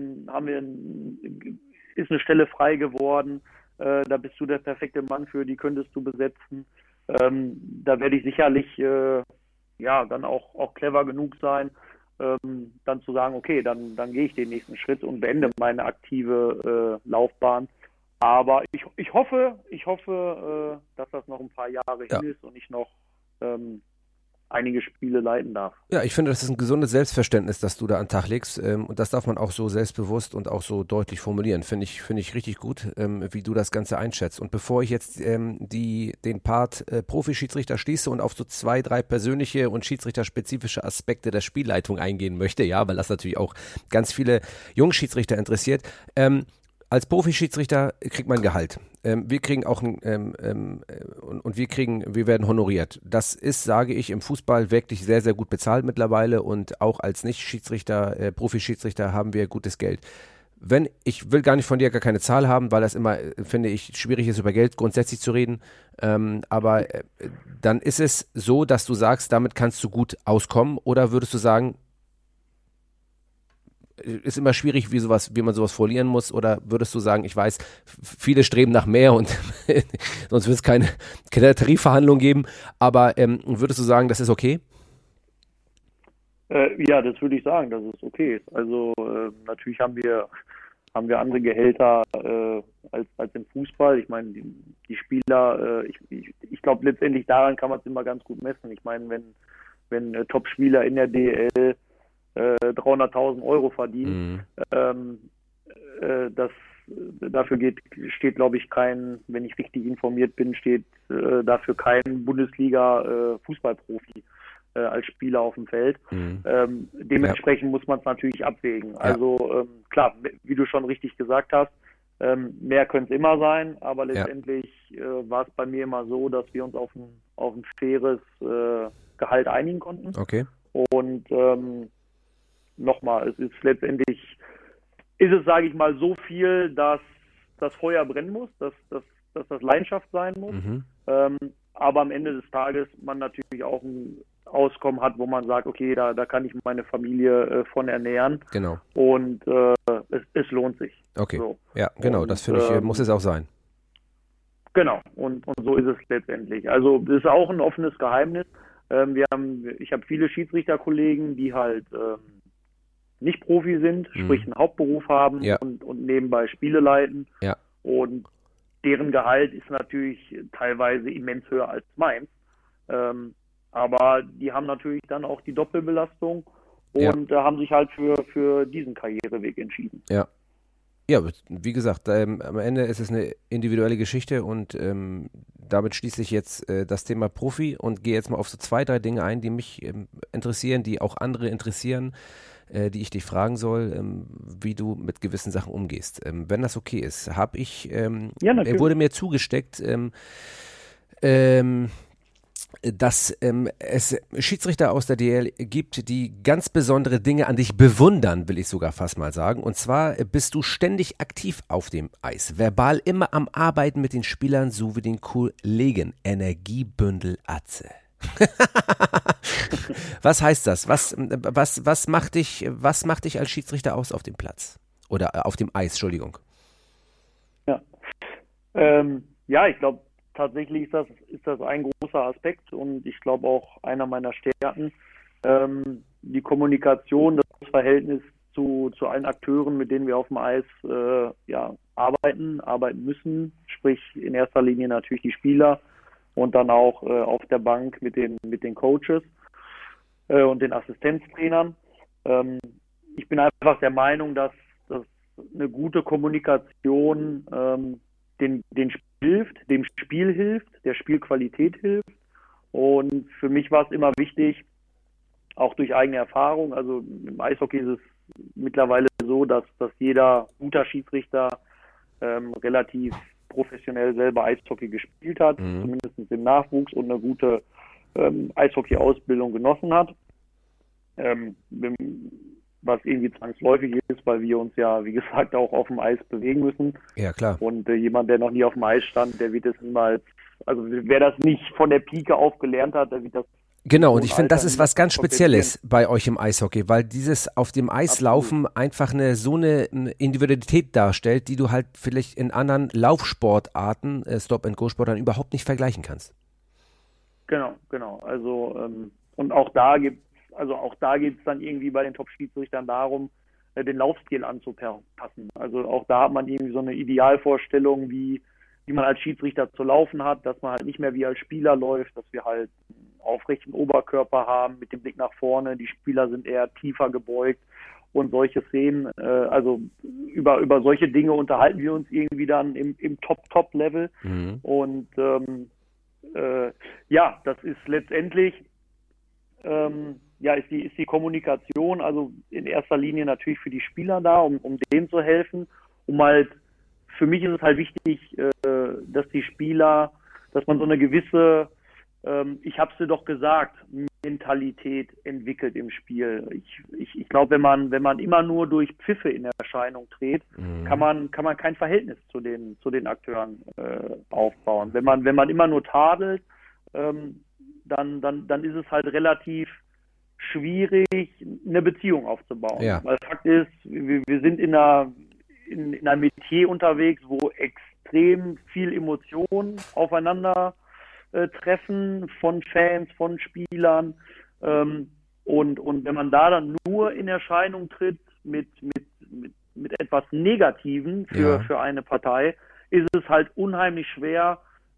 Speaker 1: ist eine Stelle frei geworden, da bist du der perfekte Mann für, die könntest du besetzen. Da werde ich sicherlich dann auch clever genug sein, dann zu sagen, okay, dann gehe ich den nächsten Schritt und beende meine aktive Laufbahn. Aber ich hoffe, dass das noch ein paar Jahre hin ist und ich noch einige Spiele leiten darf.
Speaker 2: Ja, ich finde, das ist ein gesundes Selbstverständnis, das du da an den Tag legst. Und das darf man auch so selbstbewusst und auch so deutlich formulieren. Finde ich richtig gut, wie du das Ganze einschätzt. Und bevor ich jetzt den Part Profi-Schiedsrichter schließe und auf so 2, 3 persönliche und schiedsrichterspezifische Aspekte der Spielleitung eingehen möchte, ja, weil das natürlich auch ganz viele Jungschiedsrichter interessiert, als Profi-Schiedsrichter kriegt man Gehalt. Wir kriegen auch wir werden honoriert. Das ist, sage ich, im Fußball wirklich sehr, sehr gut bezahlt mittlerweile und auch als Nicht-Schiedsrichter, Profi-Schiedsrichter haben wir gutes Geld. Ich will gar nicht von dir gar keine Zahl haben, weil das immer, finde ich, schwierig ist, über Geld grundsätzlich zu reden. Aber dann ist es so, dass du sagst, damit kannst du gut auskommen, oder würdest du sagen, ist immer schwierig, wie man sowas formulieren muss, oder würdest du sagen, ich weiß, viele streben nach mehr und sonst wird es keine Tarifverhandlung geben, aber würdest du sagen, das ist okay?
Speaker 1: Ja, das würde ich sagen, dass es okay ist. Also natürlich haben wir andere Gehälter als im Fußball. Ich meine, die Spieler, ich glaube letztendlich daran kann man es immer ganz gut messen. Ich meine, wenn Top-Spieler in der DL 300.000 Euro verdienen. Dafür steht, glaube ich, wenn ich richtig informiert bin, steht dafür kein Bundesliga-Fußballprofi als Spieler auf dem Feld. Dementsprechend muss man es natürlich abwägen. Also klar, wie du schon richtig gesagt hast, mehr könnte es immer sein, aber letztendlich war es bei mir immer so, dass wir uns auf ein faires Gehalt einigen konnten.
Speaker 2: Okay.
Speaker 1: Und nochmal, es ist letztendlich, sage ich mal, so viel, dass das Feuer brennen muss, dass das Leidenschaft sein muss. Aber am Ende des Tages man natürlich auch ein Auskommen hat, wo man sagt, okay, da kann ich meine Familie von ernähren.
Speaker 2: Genau.
Speaker 1: Und es lohnt sich.
Speaker 2: Okay.
Speaker 1: So.
Speaker 2: Ja, genau, und das finde ich, muss es auch sein.
Speaker 1: Genau, und so ist es letztendlich. Also das ist auch ein offenes Geheimnis. Ich habe viele Schiedsrichterkollegen, die halt nicht Profi sind, sprich einen Hauptberuf haben und nebenbei Spiele leiten.
Speaker 2: Ja.
Speaker 1: Und deren Gehalt ist natürlich teilweise immens höher als meins. Aber die haben natürlich dann auch die Doppelbelastung und haben sich halt für diesen Karriereweg entschieden.
Speaker 2: Ja. Ja, wie gesagt, am Ende ist es eine individuelle Geschichte und damit schließe ich jetzt das Thema Profi und gehe jetzt mal auf so 2, 3 Dinge ein, die mich interessieren, die auch andere interessieren, die ich dich fragen soll, wie du mit gewissen Sachen umgehst. Wenn das okay ist, wurde mir zugesteckt, dass es Schiedsrichter aus der DL gibt, die ganz besondere Dinge an dich bewundern, will ich sogar fast mal sagen. Und zwar bist du ständig aktiv auf dem Eis, verbal immer am Arbeiten mit den Spielern sowie den Kollegen. Energiebündel Atze. Was heißt das? Was macht dich als Schiedsrichter aus auf dem Platz? Oder auf dem Eis, Entschuldigung.
Speaker 1: Ja, ich glaube, tatsächlich ist das ein großer Aspekt und ich glaube auch einer meiner Stärken. Die Kommunikation, das Verhältnis zu allen Akteuren, mit denen wir auf dem Eis arbeiten müssen, sprich in erster Linie natürlich die Spieler und dann auch auf der Bank mit den Coaches und den Assistenztrainern. Ich bin einfach der Meinung, dass eine gute Kommunikation dem Spiel hilft, der Spielqualität hilft. Und für mich war es immer wichtig, auch durch eigene Erfahrung, also im Eishockey ist es mittlerweile so, dass jeder guter Schiedsrichter relativ professionell selber Eishockey gespielt hat, zumindest im Nachwuchs und eine gute Eishockey-Ausbildung genossen hat. Was irgendwie zwangsläufig ist, weil wir uns ja, wie gesagt, auch auf dem Eis bewegen müssen.
Speaker 2: Ja, klar.
Speaker 1: Und jemand, der noch nie auf dem Eis stand, der wird es niemals, also wer das nicht von der Pike auf gelernt hat, der wird das.
Speaker 2: Genau, und ich finde, das ist was ganz Spezielles bei euch im Eishockey, weil dieses auf dem Eis laufen einfach so eine Individualität darstellt, die du halt vielleicht in anderen Laufsportarten, Stop-and-Go-Sportarten überhaupt nicht vergleichen kannst.
Speaker 1: Genau. Also, und auch da geht es dann irgendwie bei den Top-Schiedsrichtern darum, den Laufstil anzupassen. Also auch da hat man irgendwie so eine Idealvorstellung, wie man als Schiedsrichter zu laufen hat, dass man halt nicht mehr wie als Spieler läuft, dass wir halt einen aufrechten Oberkörper haben mit dem Blick nach vorne, die Spieler sind eher tiefer gebeugt und solche Szenen, also über solche Dinge unterhalten wir uns irgendwie dann im Top-Level und ja, das ist letztendlich ist die Kommunikation also in erster Linie natürlich für die Spieler da, um denen zu helfen, für mich ist es halt wichtig, dass die Spieler, dass man so eine gewisse, ich habe es dir doch gesagt, Mentalität entwickelt im Spiel. Ich glaube, wenn man immer nur durch Pfiffe in Erscheinung tritt, kann man kein Verhältnis zu den Akteuren aufbauen. Wenn man immer nur tadelt, dann ist es halt relativ schwierig, eine Beziehung aufzubauen. Ja. Weil Fakt ist, wir sind in einem Metier unterwegs, wo extrem viel Emotionen aufeinander treffen von Fans, von Spielern. Und wenn man da dann nur in Erscheinung tritt mit etwas Negativen für eine Partei, ist es halt unheimlich schwer,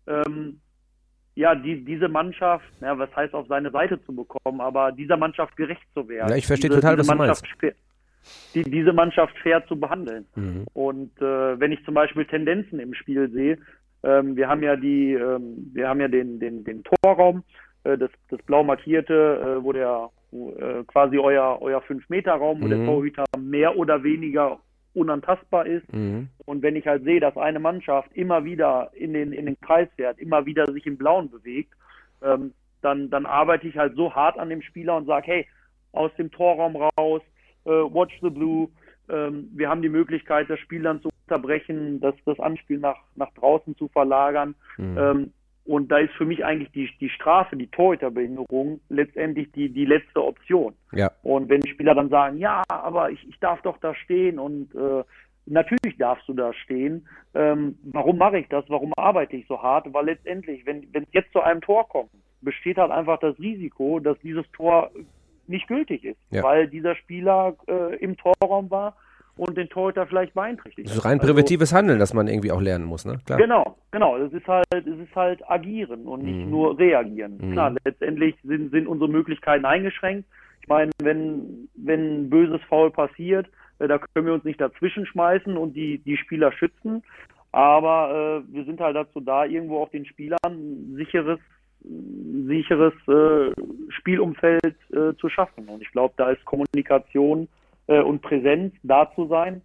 Speaker 1: diese Mannschaft, was heißt auf seine Seite zu bekommen, aber dieser Mannschaft gerecht zu werden.
Speaker 2: Ja, ich verstehe total, was du meinst.
Speaker 1: Diese Mannschaft fair zu behandeln. Und wenn ich zum Beispiel Tendenzen im Spiel sehe, wir haben ja den Torraum, das blau markierte, wo quasi euer 5-Meter-Raum, wo der Torhüter mehr oder weniger unantastbar ist. Und wenn ich halt sehe, dass eine Mannschaft immer wieder in den Kreis fährt, immer wieder sich im Blauen bewegt, dann arbeite ich halt so hart an dem Spieler und sage, hey, aus dem Torraum raus, watch the blue, wir haben die Möglichkeit, das Spiel dann zu unterbrechen, das Anspiel nach draußen zu verlagern. Und da ist für mich eigentlich die Strafe, die Torhüterbehinderung, letztendlich die letzte Option. Ja. Und wenn Spieler dann sagen, ja, aber ich darf doch da stehen und natürlich darfst du da stehen. Warum mache ich das? Warum arbeite ich so hart? Weil letztendlich, wenn es jetzt zu einem Tor kommt, besteht halt einfach das Risiko, dass dieses Tor nicht gültig ist, weil dieser Spieler im Torraum war und den Torhüter vielleicht beeinträchtigt.
Speaker 2: Das ist rein präventives Handeln, das man irgendwie auch lernen muss, ne? Klar.
Speaker 1: Genau. Es ist halt agieren und nicht nur reagieren. Klar, letztendlich sind unsere Möglichkeiten eingeschränkt. Ich meine, wenn ein böses Foul passiert, da können wir uns nicht dazwischen schmeißen und die Spieler schützen. Aber wir sind halt dazu da, irgendwo auch den Spielern ein sicheres Spielumfeld zu schaffen. Und ich glaube, da ist Kommunikation und Präsenz, da zu sein,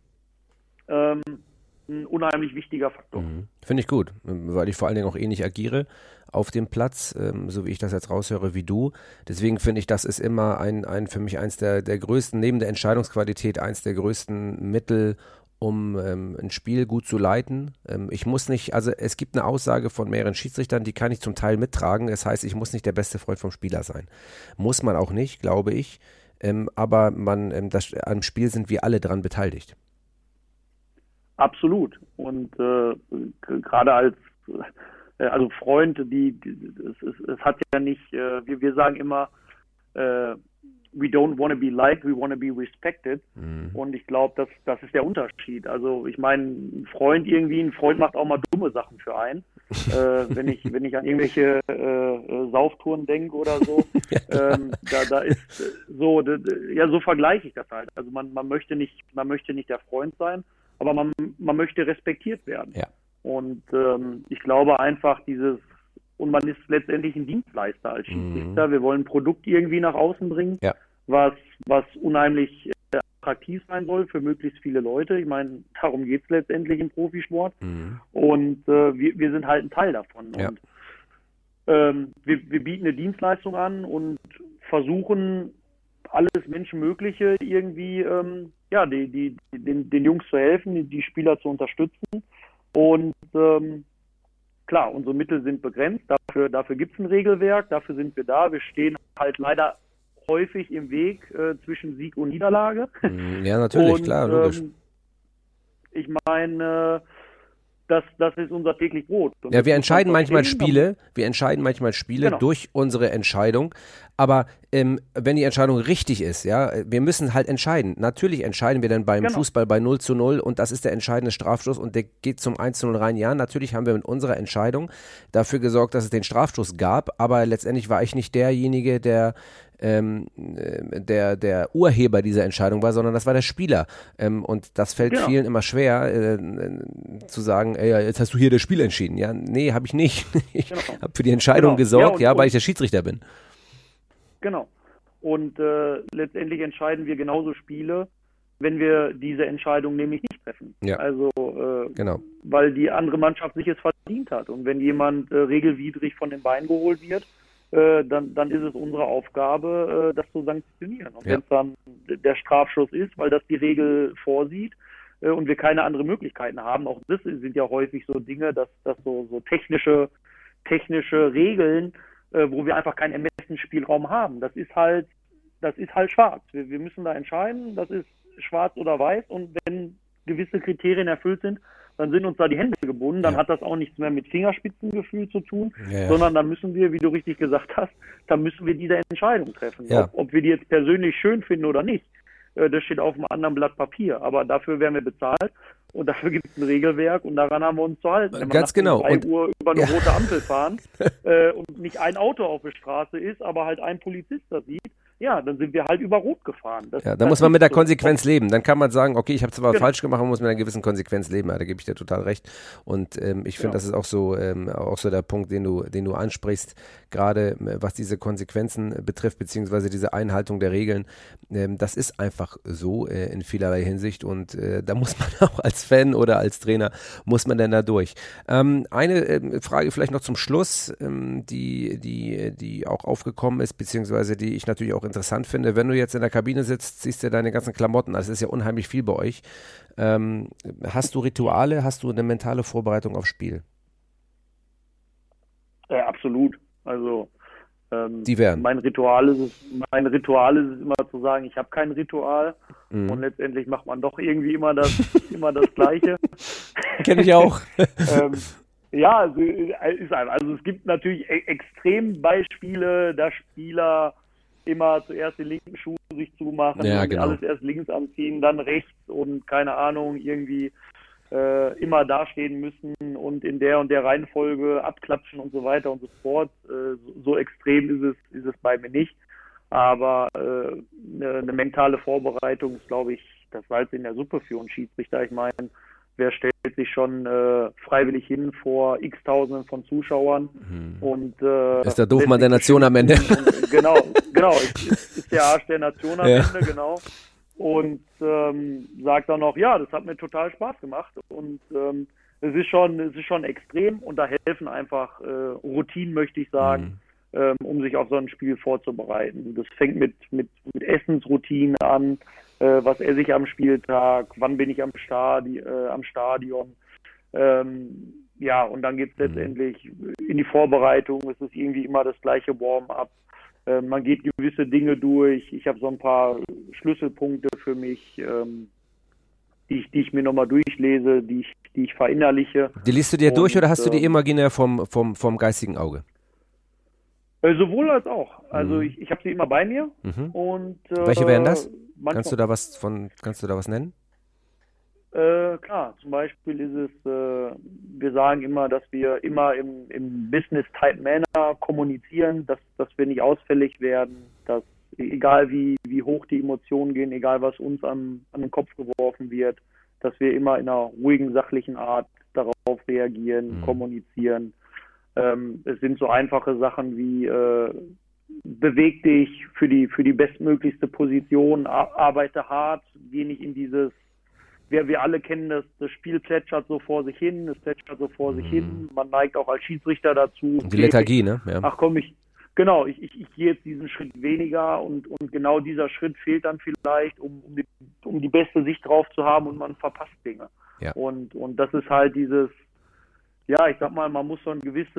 Speaker 1: ein unheimlich wichtiger Faktor.
Speaker 2: Finde ich gut, weil ich vor allen Dingen auch ähnlich agiere auf dem Platz, so wie ich das jetzt raushöre wie du. Deswegen finde ich, das ist immer für mich eins der größten, neben der Entscheidungsqualität, eins der größten Mittel, um ein Spiel gut zu leiten. Ich muss nicht, also es gibt eine Aussage von mehreren Schiedsrichtern, die kann ich zum Teil mittragen. Das heißt, ich muss nicht der beste Freund vom Spieler sein. Muss man auch nicht, glaube ich. Aber am Spiel sind wir alle dran beteiligt.
Speaker 1: Absolut. Und gerade als Freund, es hat ja nicht, wir sagen immer, we don't want to be liked, we want to be respected. Und ich glaube, das ist der Unterschied. Also ich meine, ein Freund macht auch mal dumme Sachen für einen. Wenn ich an irgendwelche Sauftouren denke oder so, da ist so vergleiche ich das halt. Also man möchte nicht der Freund sein, aber man möchte respektiert werden. Ja. Und ich glaube einfach und man ist letztendlich ein Dienstleister als Schiedsrichter. Wir wollen ein Produkt irgendwie nach außen bringen, was unheimlich attraktiv sein soll für möglichst viele Leute. Ich meine, darum geht es letztendlich im Profisport. Und wir sind halt ein Teil davon. Ja. Und wir bieten eine Dienstleistung an und versuchen alles Menschenmögliche irgendwie den Jungs zu helfen, die Spieler zu unterstützen. Und klar, unsere Mittel sind begrenzt, dafür gibt es ein Regelwerk, dafür sind wir da. Wir stehen halt leider häufig im Weg zwischen Sieg und Niederlage.
Speaker 2: Ja, natürlich, klar, logisch.
Speaker 1: Ich meine, das ist unser täglich Brot. Und
Speaker 2: ja, wir
Speaker 1: das muss man
Speaker 2: entscheiden manchmal
Speaker 1: verstehen.
Speaker 2: Spiele
Speaker 1: Genau.
Speaker 2: durch unsere Entscheidung, aber wenn die Entscheidung richtig ist, ja, wir müssen halt entscheiden. Natürlich entscheiden wir dann beim
Speaker 1: Genau.
Speaker 2: Fußball bei 0:0 und das ist der entscheidende Strafstoß und der geht zum 1:0 rein. Ja, natürlich haben wir mit unserer Entscheidung dafür gesorgt, dass es den Strafstoß gab, aber letztendlich war ich nicht derjenige, der Urheber dieser Entscheidung war, sondern das war der Spieler. Und das fällt
Speaker 1: Genau.
Speaker 2: vielen immer schwer, zu sagen, ey, jetzt hast du hier das Spiel entschieden. Ja, nee, habe ich nicht. Ich
Speaker 1: Genau.
Speaker 2: habe für die Entscheidung
Speaker 1: Genau.
Speaker 2: gesorgt,
Speaker 1: Ja,
Speaker 2: weil ich der Schiedsrichter bin.
Speaker 1: Genau. Und letztendlich entscheiden wir genauso Spiele, wenn wir diese Entscheidung nämlich nicht treffen.
Speaker 2: Ja.
Speaker 1: Also,
Speaker 2: Genau.
Speaker 1: weil die andere Mannschaft sich es verdient hat. Und wenn jemand regelwidrig von den Beinen geholt wird, dann ist es unsere Aufgabe, das zu sanktionieren. Und
Speaker 2: Ja.
Speaker 1: wenn es dann der Strafschuss ist, weil das die Regel vorsieht und wir keine anderen Möglichkeiten haben, auch das sind ja häufig so Dinge, dass so technische Regeln, wo wir einfach keinen Ermessensspielraum haben. Das ist halt schwarz. Wir müssen da entscheiden, das ist schwarz oder weiß, und wenn gewisse Kriterien erfüllt sind, dann sind uns da die Hände gebunden, dann
Speaker 2: Ja.
Speaker 1: hat das auch nichts mehr mit Fingerspitzengefühl zu tun,
Speaker 2: Ja.
Speaker 1: sondern dann müssen wir, wie du richtig gesagt hast, dann müssen wir diese Entscheidung treffen.
Speaker 2: Ja.
Speaker 1: Ob wir die jetzt persönlich schön finden oder nicht, das steht auf einem anderen Blatt Papier, aber dafür werden wir bezahlt und dafür gibt es ein Regelwerk und daran haben wir uns zu halten. Wenn wir
Speaker 2: Ganz
Speaker 1: nachts um
Speaker 2: genau.
Speaker 1: 3
Speaker 2: Und-
Speaker 1: Uhr über eine
Speaker 2: Ja.
Speaker 1: rote Ampel fahren und nicht ein Auto auf der Straße ist, aber halt ein Polizist das sieht, ja, dann sind wir halt über Rot gefahren.
Speaker 2: Ja, da muss man mit der
Speaker 1: ist so.
Speaker 2: Konsequenz leben. Dann kann man sagen, okay, ich habe zwar
Speaker 1: Genau.
Speaker 2: falsch gemacht, man muss mit einer gewissen Konsequenz leben. Ja, da gebe ich dir total recht. Und ich finde,
Speaker 1: Ja.
Speaker 2: das ist auch so der Punkt, den du ansprichst, gerade was diese Konsequenzen betrifft, beziehungsweise diese Einhaltung der Regeln. Das ist einfach so in vielerlei Hinsicht und da muss man auch als Fan oder als Trainer, muss man dann da durch. Eine Frage vielleicht noch zum Schluss, die auch aufgekommen ist, beziehungsweise die ich natürlich auch interessant finde. Wenn du jetzt in der Kabine sitzt, siehst du deine ganzen Klamotten, das ist ja unheimlich viel bei euch. Hast du Rituale, hast du eine mentale Vorbereitung aufs Spiel?
Speaker 1: Absolut. Also
Speaker 2: Die wären.
Speaker 1: mein Ritual ist es immer zu sagen, ich habe kein Ritual, und letztendlich macht man doch irgendwie immer das Gleiche.
Speaker 2: Kenne ich auch.
Speaker 1: Ja, also, ist einfach. Also es gibt natürlich Extrembeispiele, dass Spieler immer zuerst den linken Schuh sich zumachen
Speaker 2: Ja,
Speaker 1: und
Speaker 2: genau.
Speaker 1: alles erst links anziehen, dann rechts und keine Ahnung, irgendwie immer dastehen müssen und in der und der Reihenfolge abklatschen und so weiter und so fort. So extrem ist es bei mir nicht. Aber eine mentale Vorbereitung ist, glaube ich, das Salz in der Suppe für einen Schiedsrichter. Ich meine, wer stellt sich schon freiwillig hin vor x-Tausenden von Zuschauern und
Speaker 2: Ist der Doofmann der Nation am Ende.
Speaker 1: und, genau, ist der Arsch der Nation am
Speaker 2: Ja.
Speaker 1: Ende, genau. Und sagt dann noch, ja, das hat mir total Spaß gemacht. Und es ist schon extrem und da helfen einfach Routinen, möchte ich sagen, um sich auf so ein Spiel vorzubereiten. Das fängt mit Essensroutinen an, was esse ich am Spieltag, wann bin ich am Stadion. Ja, und dann geht es letztendlich in die Vorbereitung. Es ist irgendwie immer das gleiche Warm-up. Man geht gewisse Dinge durch. Ich habe so ein paar Schlüsselpunkte für mich, die ich mir nochmal durchlese, die ich verinnerliche.
Speaker 2: Die liest du dir durch
Speaker 1: Und,
Speaker 2: oder hast du die imaginär vom geistigen Auge?
Speaker 1: Sowohl als auch. Also ich habe sie immer bei mir. Und
Speaker 2: Welche wären das?
Speaker 1: manchmal,
Speaker 2: Kannst du da was nennen?
Speaker 1: klar, zum Beispiel ist es, wir sagen immer, dass wir immer im Business-Type-Manner kommunizieren, dass wir nicht ausfällig werden, dass egal wie hoch die Emotionen gehen, egal was uns an den Kopf geworfen wird, dass wir immer in einer ruhigen, sachlichen Art darauf reagieren, kommunizieren. Es sind so einfache Sachen wie beweg dich für die bestmöglichste Position, arbeite hart, geh nicht in dieses, wir alle kennen das Spiel plätschert so vor sich hin, es plätschert so vor sich hin, man neigt auch als Schiedsrichter dazu.
Speaker 2: Die Lethargie, ne? Ja.
Speaker 1: Ach komm, ich gehe jetzt diesen Schritt weniger und genau dieser Schritt fehlt dann vielleicht, um die beste Sicht drauf zu haben und man verpasst Dinge.
Speaker 2: Ja.
Speaker 1: Und das ist halt dieses, ja, ich sag mal, man muss so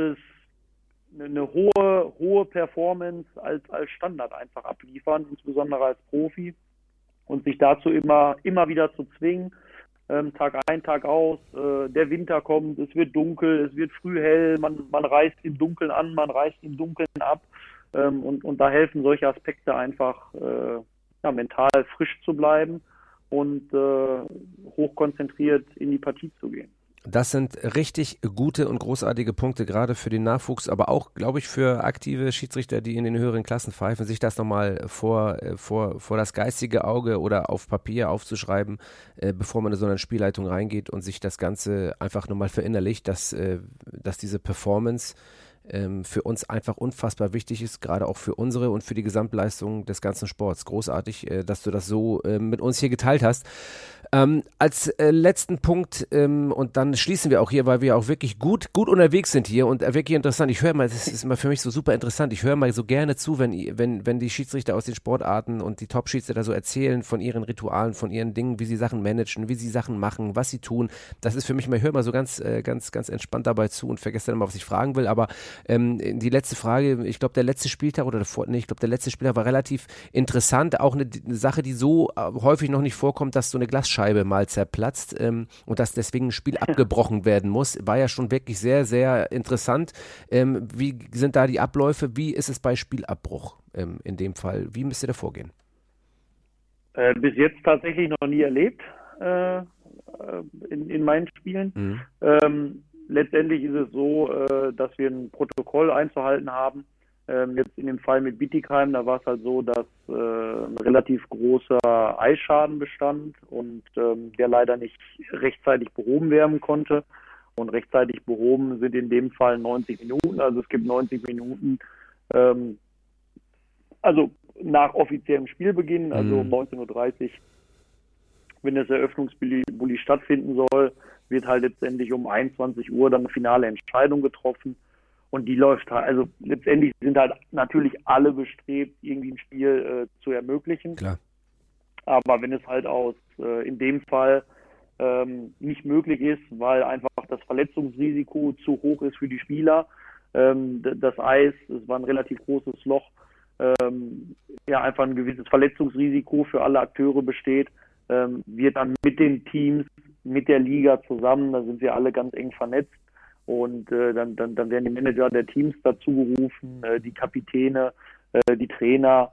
Speaker 1: eine hohe Performance als Standard einfach abliefern, insbesondere als Profi, und sich dazu immer wieder zu zwingen, Tag ein, Tag aus. Der Winter kommt, es wird dunkel, es wird früh hell, man reist im Dunkeln an, man reist im Dunkeln ab. Und da helfen solche Aspekte einfach, mental frisch zu bleiben und hochkonzentriert in die Partie zu gehen.
Speaker 2: Das sind richtig gute und großartige Punkte, gerade für den Nachwuchs, aber auch, glaube ich, für aktive Schiedsrichter, die in den höheren Klassen pfeifen, sich das nochmal vor das geistige Auge oder auf Papier aufzuschreiben, bevor man in so eine Spielleitung reingeht und sich das Ganze einfach nochmal verinnerlicht, dass diese Performance für uns einfach unfassbar wichtig ist, gerade auch für unsere und für die Gesamtleistung des ganzen Sports. Großartig, dass du das so mit uns hier geteilt hast. Als letzten Punkt, und dann schließen wir auch hier, weil wir auch wirklich gut unterwegs sind hier und wirklich interessant. Ich höre mal, das ist immer für mich so super interessant, ich höre mal so gerne zu, wenn die Schiedsrichter aus den Sportarten und die Top-Schiedsrichter so erzählen von ihren Ritualen, von ihren Dingen, wie sie Sachen managen, wie sie Sachen machen, was sie tun. Das ist für mich, ich höre mal so ganz entspannt dabei zu und vergesse dann mal, was ich fragen will, aber die letzte Frage, ich glaube, der letzte Spieltag der letzte Spieltag war relativ interessant, auch eine Sache, die so häufig noch nicht vorkommt, dass so eine Glasscheibe mal zerplatzt und dass deswegen ein Spiel abgebrochen werden muss, war ja schon wirklich sehr, sehr interessant. Wie sind da die Abläufe? Wie ist es bei Spielabbruch in dem Fall? Wie müsst ihr da vorgehen?
Speaker 1: Bis jetzt tatsächlich noch nie erlebt in meinen Spielen. Mhm. Letztendlich ist es so, dass wir ein Protokoll einzuhalten haben. Jetzt in dem Fall mit Bietigheim, da war es halt so, dass ein relativ großer Eisschaden bestand und der leider nicht rechtzeitig behoben werden konnte. Und rechtzeitig behoben sind in dem Fall 90 Minuten. Also es gibt 90 Minuten, also nach offiziellem Spielbeginn, also um 19:30 Uhr, wenn das Eröffnungsbully stattfinden soll, wird halt letztendlich um 21 Uhr dann eine finale Entscheidung getroffen und die läuft halt, also letztendlich sind halt natürlich alle bestrebt, irgendwie ein Spiel zu ermöglichen. Klar. Aber wenn es halt in dem Fall nicht möglich ist, weil einfach das Verletzungsrisiko zu hoch ist für die Spieler, das Eis, es war ein relativ großes Loch, einfach ein gewisses Verletzungsrisiko für alle Akteure besteht, wird dann mit den Teams, mit der Liga zusammen, da sind wir alle ganz eng vernetzt und dann werden die Manager der Teams dazu gerufen, die Kapitäne, die Trainer,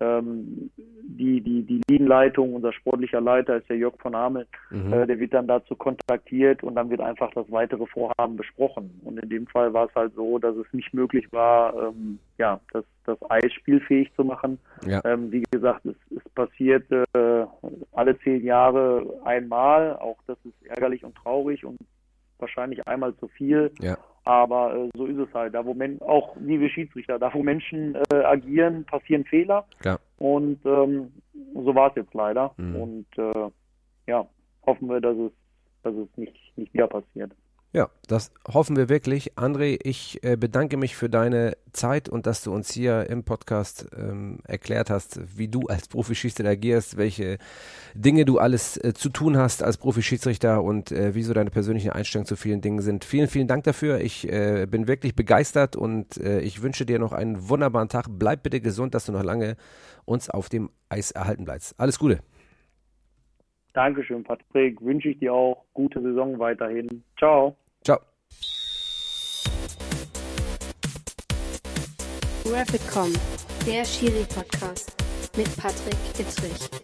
Speaker 1: die Ligenleitung, unser sportlicher Leiter ist der Jörg von Ameln, der wird dann dazu kontaktiert und dann wird einfach das weitere Vorhaben besprochen. Und in dem Fall war es halt so, dass es nicht möglich war, das Eis spielfähig zu machen. Ja. Wie gesagt, es passiert alle 10 Jahre einmal, auch das ist ärgerlich und traurig und wahrscheinlich einmal zu viel. Ja. Aber so ist es halt. Da wo auch wie wir Schiedsrichter, da wo Menschen agieren, passieren Fehler. Klar. Und so war es jetzt leider. Mhm. Und hoffen wir, dass es nicht wieder passiert.
Speaker 2: Ja, das hoffen wir wirklich. André, ich bedanke mich für deine Zeit und dass du uns hier im Podcast erklärt hast, wie du als Profi-Schiedsrichter agierst, welche Dinge du alles zu tun hast als Profi-Schiedsrichter und wie so deine persönlichen Einstellungen zu vielen Dingen sind. Vielen, vielen Dank dafür. Ich bin wirklich begeistert und ich wünsche dir noch einen wunderbaren Tag. Bleib bitte gesund, dass du noch lange uns auf dem Eis erhalten bleibst. Alles Gute.
Speaker 1: Dankeschön, Patrick. Wünsche ich dir auch. Gute Saison weiterhin. Ciao.
Speaker 2: Ciao.
Speaker 3: Rapid.com, der Schiri-Podcast mit Patrick Ittrich.